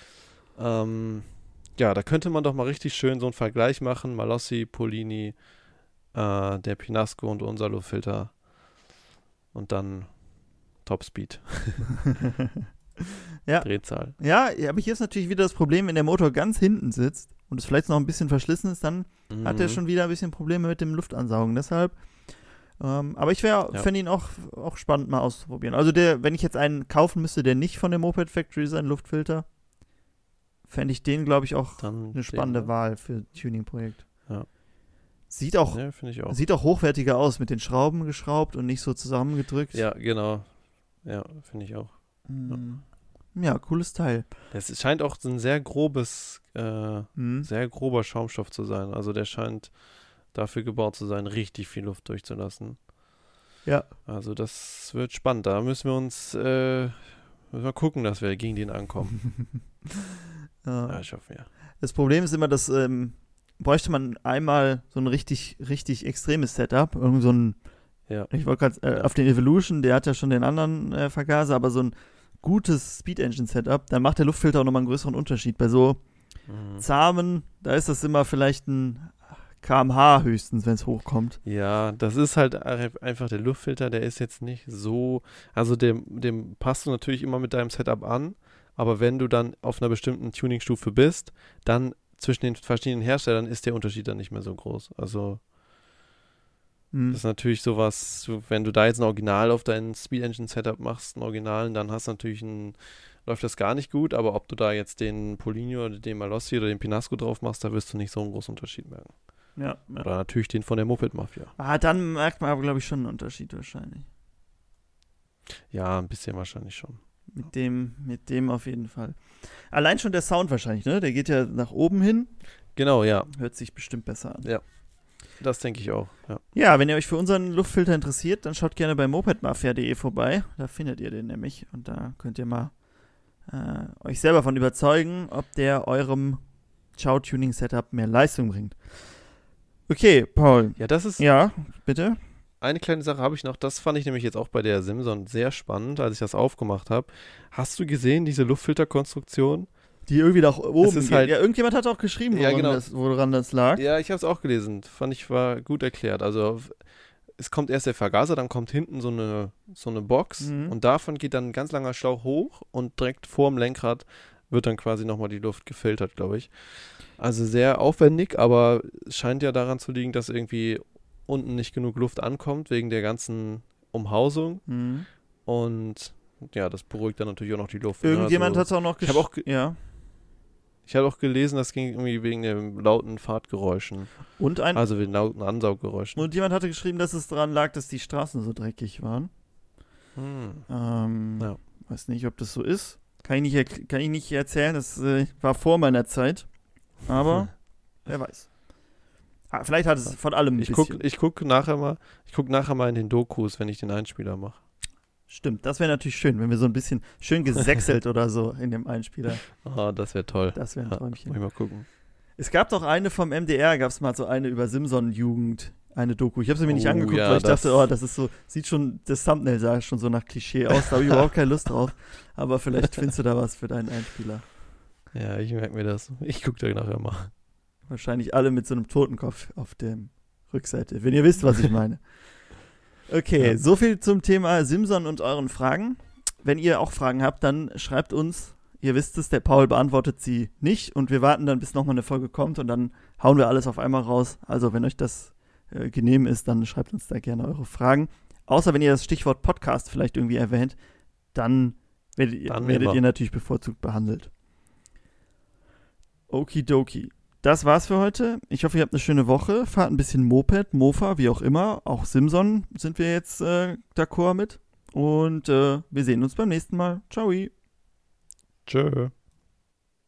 Ja, da könnte man doch mal richtig schön so einen Vergleich machen. Malossi, Polini, der Pinasco und unser Luftfilter. Und dann Topspeed. Ja. Drehzahl. Ja, aber hier ist natürlich wieder das Problem, wenn der Motor ganz hinten sitzt und es vielleicht noch ein bisschen verschlissen ist, dann hat er schon wieder ein bisschen Probleme mit dem Luftansaugen. Deshalb, aber ich fände ihn auch spannend mal auszuprobieren. Also wenn ich jetzt einen kaufen müsste, der nicht von der Moped Factory ist, ein Luftfilter, fände ich den, glaube ich, auch eine spannende Wahl für ein Tuning-Projekt. Ja. Sieht auch hochwertiger aus, mit den Schrauben geschraubt und nicht so zusammengedrückt. Ja, genau. Ja, finde ich auch. Ja, cooles Teil. Es scheint auch ein sehr sehr grober Schaumstoff zu sein. Also der scheint dafür gebaut zu sein, richtig viel Luft durchzulassen. Ja. Also das wird spannend. Da müssen wir gucken, dass wir gegen den ankommen. Ja, ich hoffe, ja. Das Problem ist immer, dass bräuchte man einmal so ein richtig, richtig extremes Setup. Irgend so ein, ich wollte gerade auf den Evolution, der hat ja schon den anderen Vergaser, aber so ein gutes Speed Engine Setup, dann macht der Luftfilter auch nochmal einen größeren Unterschied. Bei so zahmen, da ist das immer vielleicht ein km/h höchstens, wenn es hochkommt. Ja, das ist halt einfach der Luftfilter, der ist jetzt nicht so, also dem passt du natürlich immer mit deinem Setup an, aber wenn du dann auf einer bestimmten Tuningstufe bist, dann zwischen den verschiedenen Herstellern ist der Unterschied dann nicht mehr so groß. Also das ist natürlich sowas, wenn du da jetzt ein Original auf dein Speed Engine Setup machst, einen Originalen, dann hast du natürlich läuft das gar nicht gut, aber ob du da jetzt den Polini oder den Malossi oder den Pinasco drauf machst, da wirst du nicht so einen großen Unterschied merken. Ja. Oder natürlich den von der Moped Mafia. Dann merkt man aber, glaube ich, schon einen Unterschied wahrscheinlich. Ja, ein bisschen wahrscheinlich schon. Mit dem auf jeden Fall. Allein schon der Sound wahrscheinlich, ne? Der geht ja nach oben hin. Genau, ja. Hört sich bestimmt besser an. Ja. Das denke ich auch, ja. Ja, wenn ihr euch für unseren Luftfilter interessiert, dann schaut gerne bei mopedmafia.de vorbei. Da findet ihr den nämlich. Und da könnt ihr mal euch selber von überzeugen, ob der eurem Chow-Tuning-Setup mehr Leistung bringt. Okay, Paul. Ja, das ist... Ja, bitte? Eine kleine Sache habe ich noch, das fand ich nämlich jetzt auch bei der Simson sehr spannend, als ich das aufgemacht habe. Hast du gesehen, diese Luftfilterkonstruktion? Die irgendwie nach oben geht. Halt, ja, irgendjemand hat auch geschrieben, woran das lag. Ja, ich habe es auch gelesen. War gut erklärt. Also es kommt erst der Vergaser, dann kommt hinten so eine Box und davon geht dann ein ganz langer Schlauch hoch und direkt vorm Lenkrad wird dann quasi nochmal die Luft gefiltert, glaube ich. Also sehr aufwendig, aber es scheint ja daran zu liegen, dass irgendwie unten nicht genug Luft ankommt, wegen der ganzen Umhausung. Und ja, das beruhigt dann natürlich auch noch die Luft. Irgendjemand hat es auch noch geschrieben. Ich habe auch gelesen, das ging irgendwie wegen den lauten Fahrtgeräuschen. Also wegen lauten Ansauggeräuschen. Und jemand hatte geschrieben, dass es daran lag, dass die Straßen so dreckig waren. Weiß nicht, ob das so ist. Kann ich nicht erzählen, das war vor meiner Zeit. Aber wer weiß. Vielleicht hat es von allem ein bisschen. Ich guck nachher mal in den Dokus, wenn ich den Einspieler mache. Stimmt, das wäre natürlich schön, wenn wir so ein bisschen schön gesächselt oder so in dem Einspieler. Oh, das wäre toll. Das wäre ein Träumchen. Muss ich mal gucken. Es gab doch eine vom MDR, gab es mal so eine über Simson-Jugend, eine Doku. Ich habe sie mir nicht angeguckt, weil ich dachte, das ist so, sieht schon, das Thumbnail sah schon so nach Klischee aus, da habe ich überhaupt keine Lust drauf. Aber vielleicht findest du da was für deinen Einspieler. Ja, ich merke mir das. Ich gucke da nachher mal. Wahrscheinlich alle mit so einem Totenkopf auf der Rückseite, wenn ihr wisst, was ich meine. Okay, ja. So viel zum Thema Simson und euren Fragen. Wenn ihr auch Fragen habt, dann schreibt uns. Ihr wisst es, der Paul beantwortet sie nicht und wir warten dann, bis nochmal eine Folge kommt und dann hauen wir alles auf einmal raus. Also wenn euch das genehm ist, dann schreibt uns da gerne eure Fragen. Außer wenn ihr das Stichwort Podcast vielleicht irgendwie erwähnt, dann werdet ihr natürlich bevorzugt behandelt. Okidoki. Das war's für heute. Ich hoffe, ihr habt eine schöne Woche. Fahrt ein bisschen Moped, Mofa, wie auch immer. Auch Simson sind wir jetzt d'accord mit. Und wir sehen uns beim nächsten Mal. Ciao. Tschö.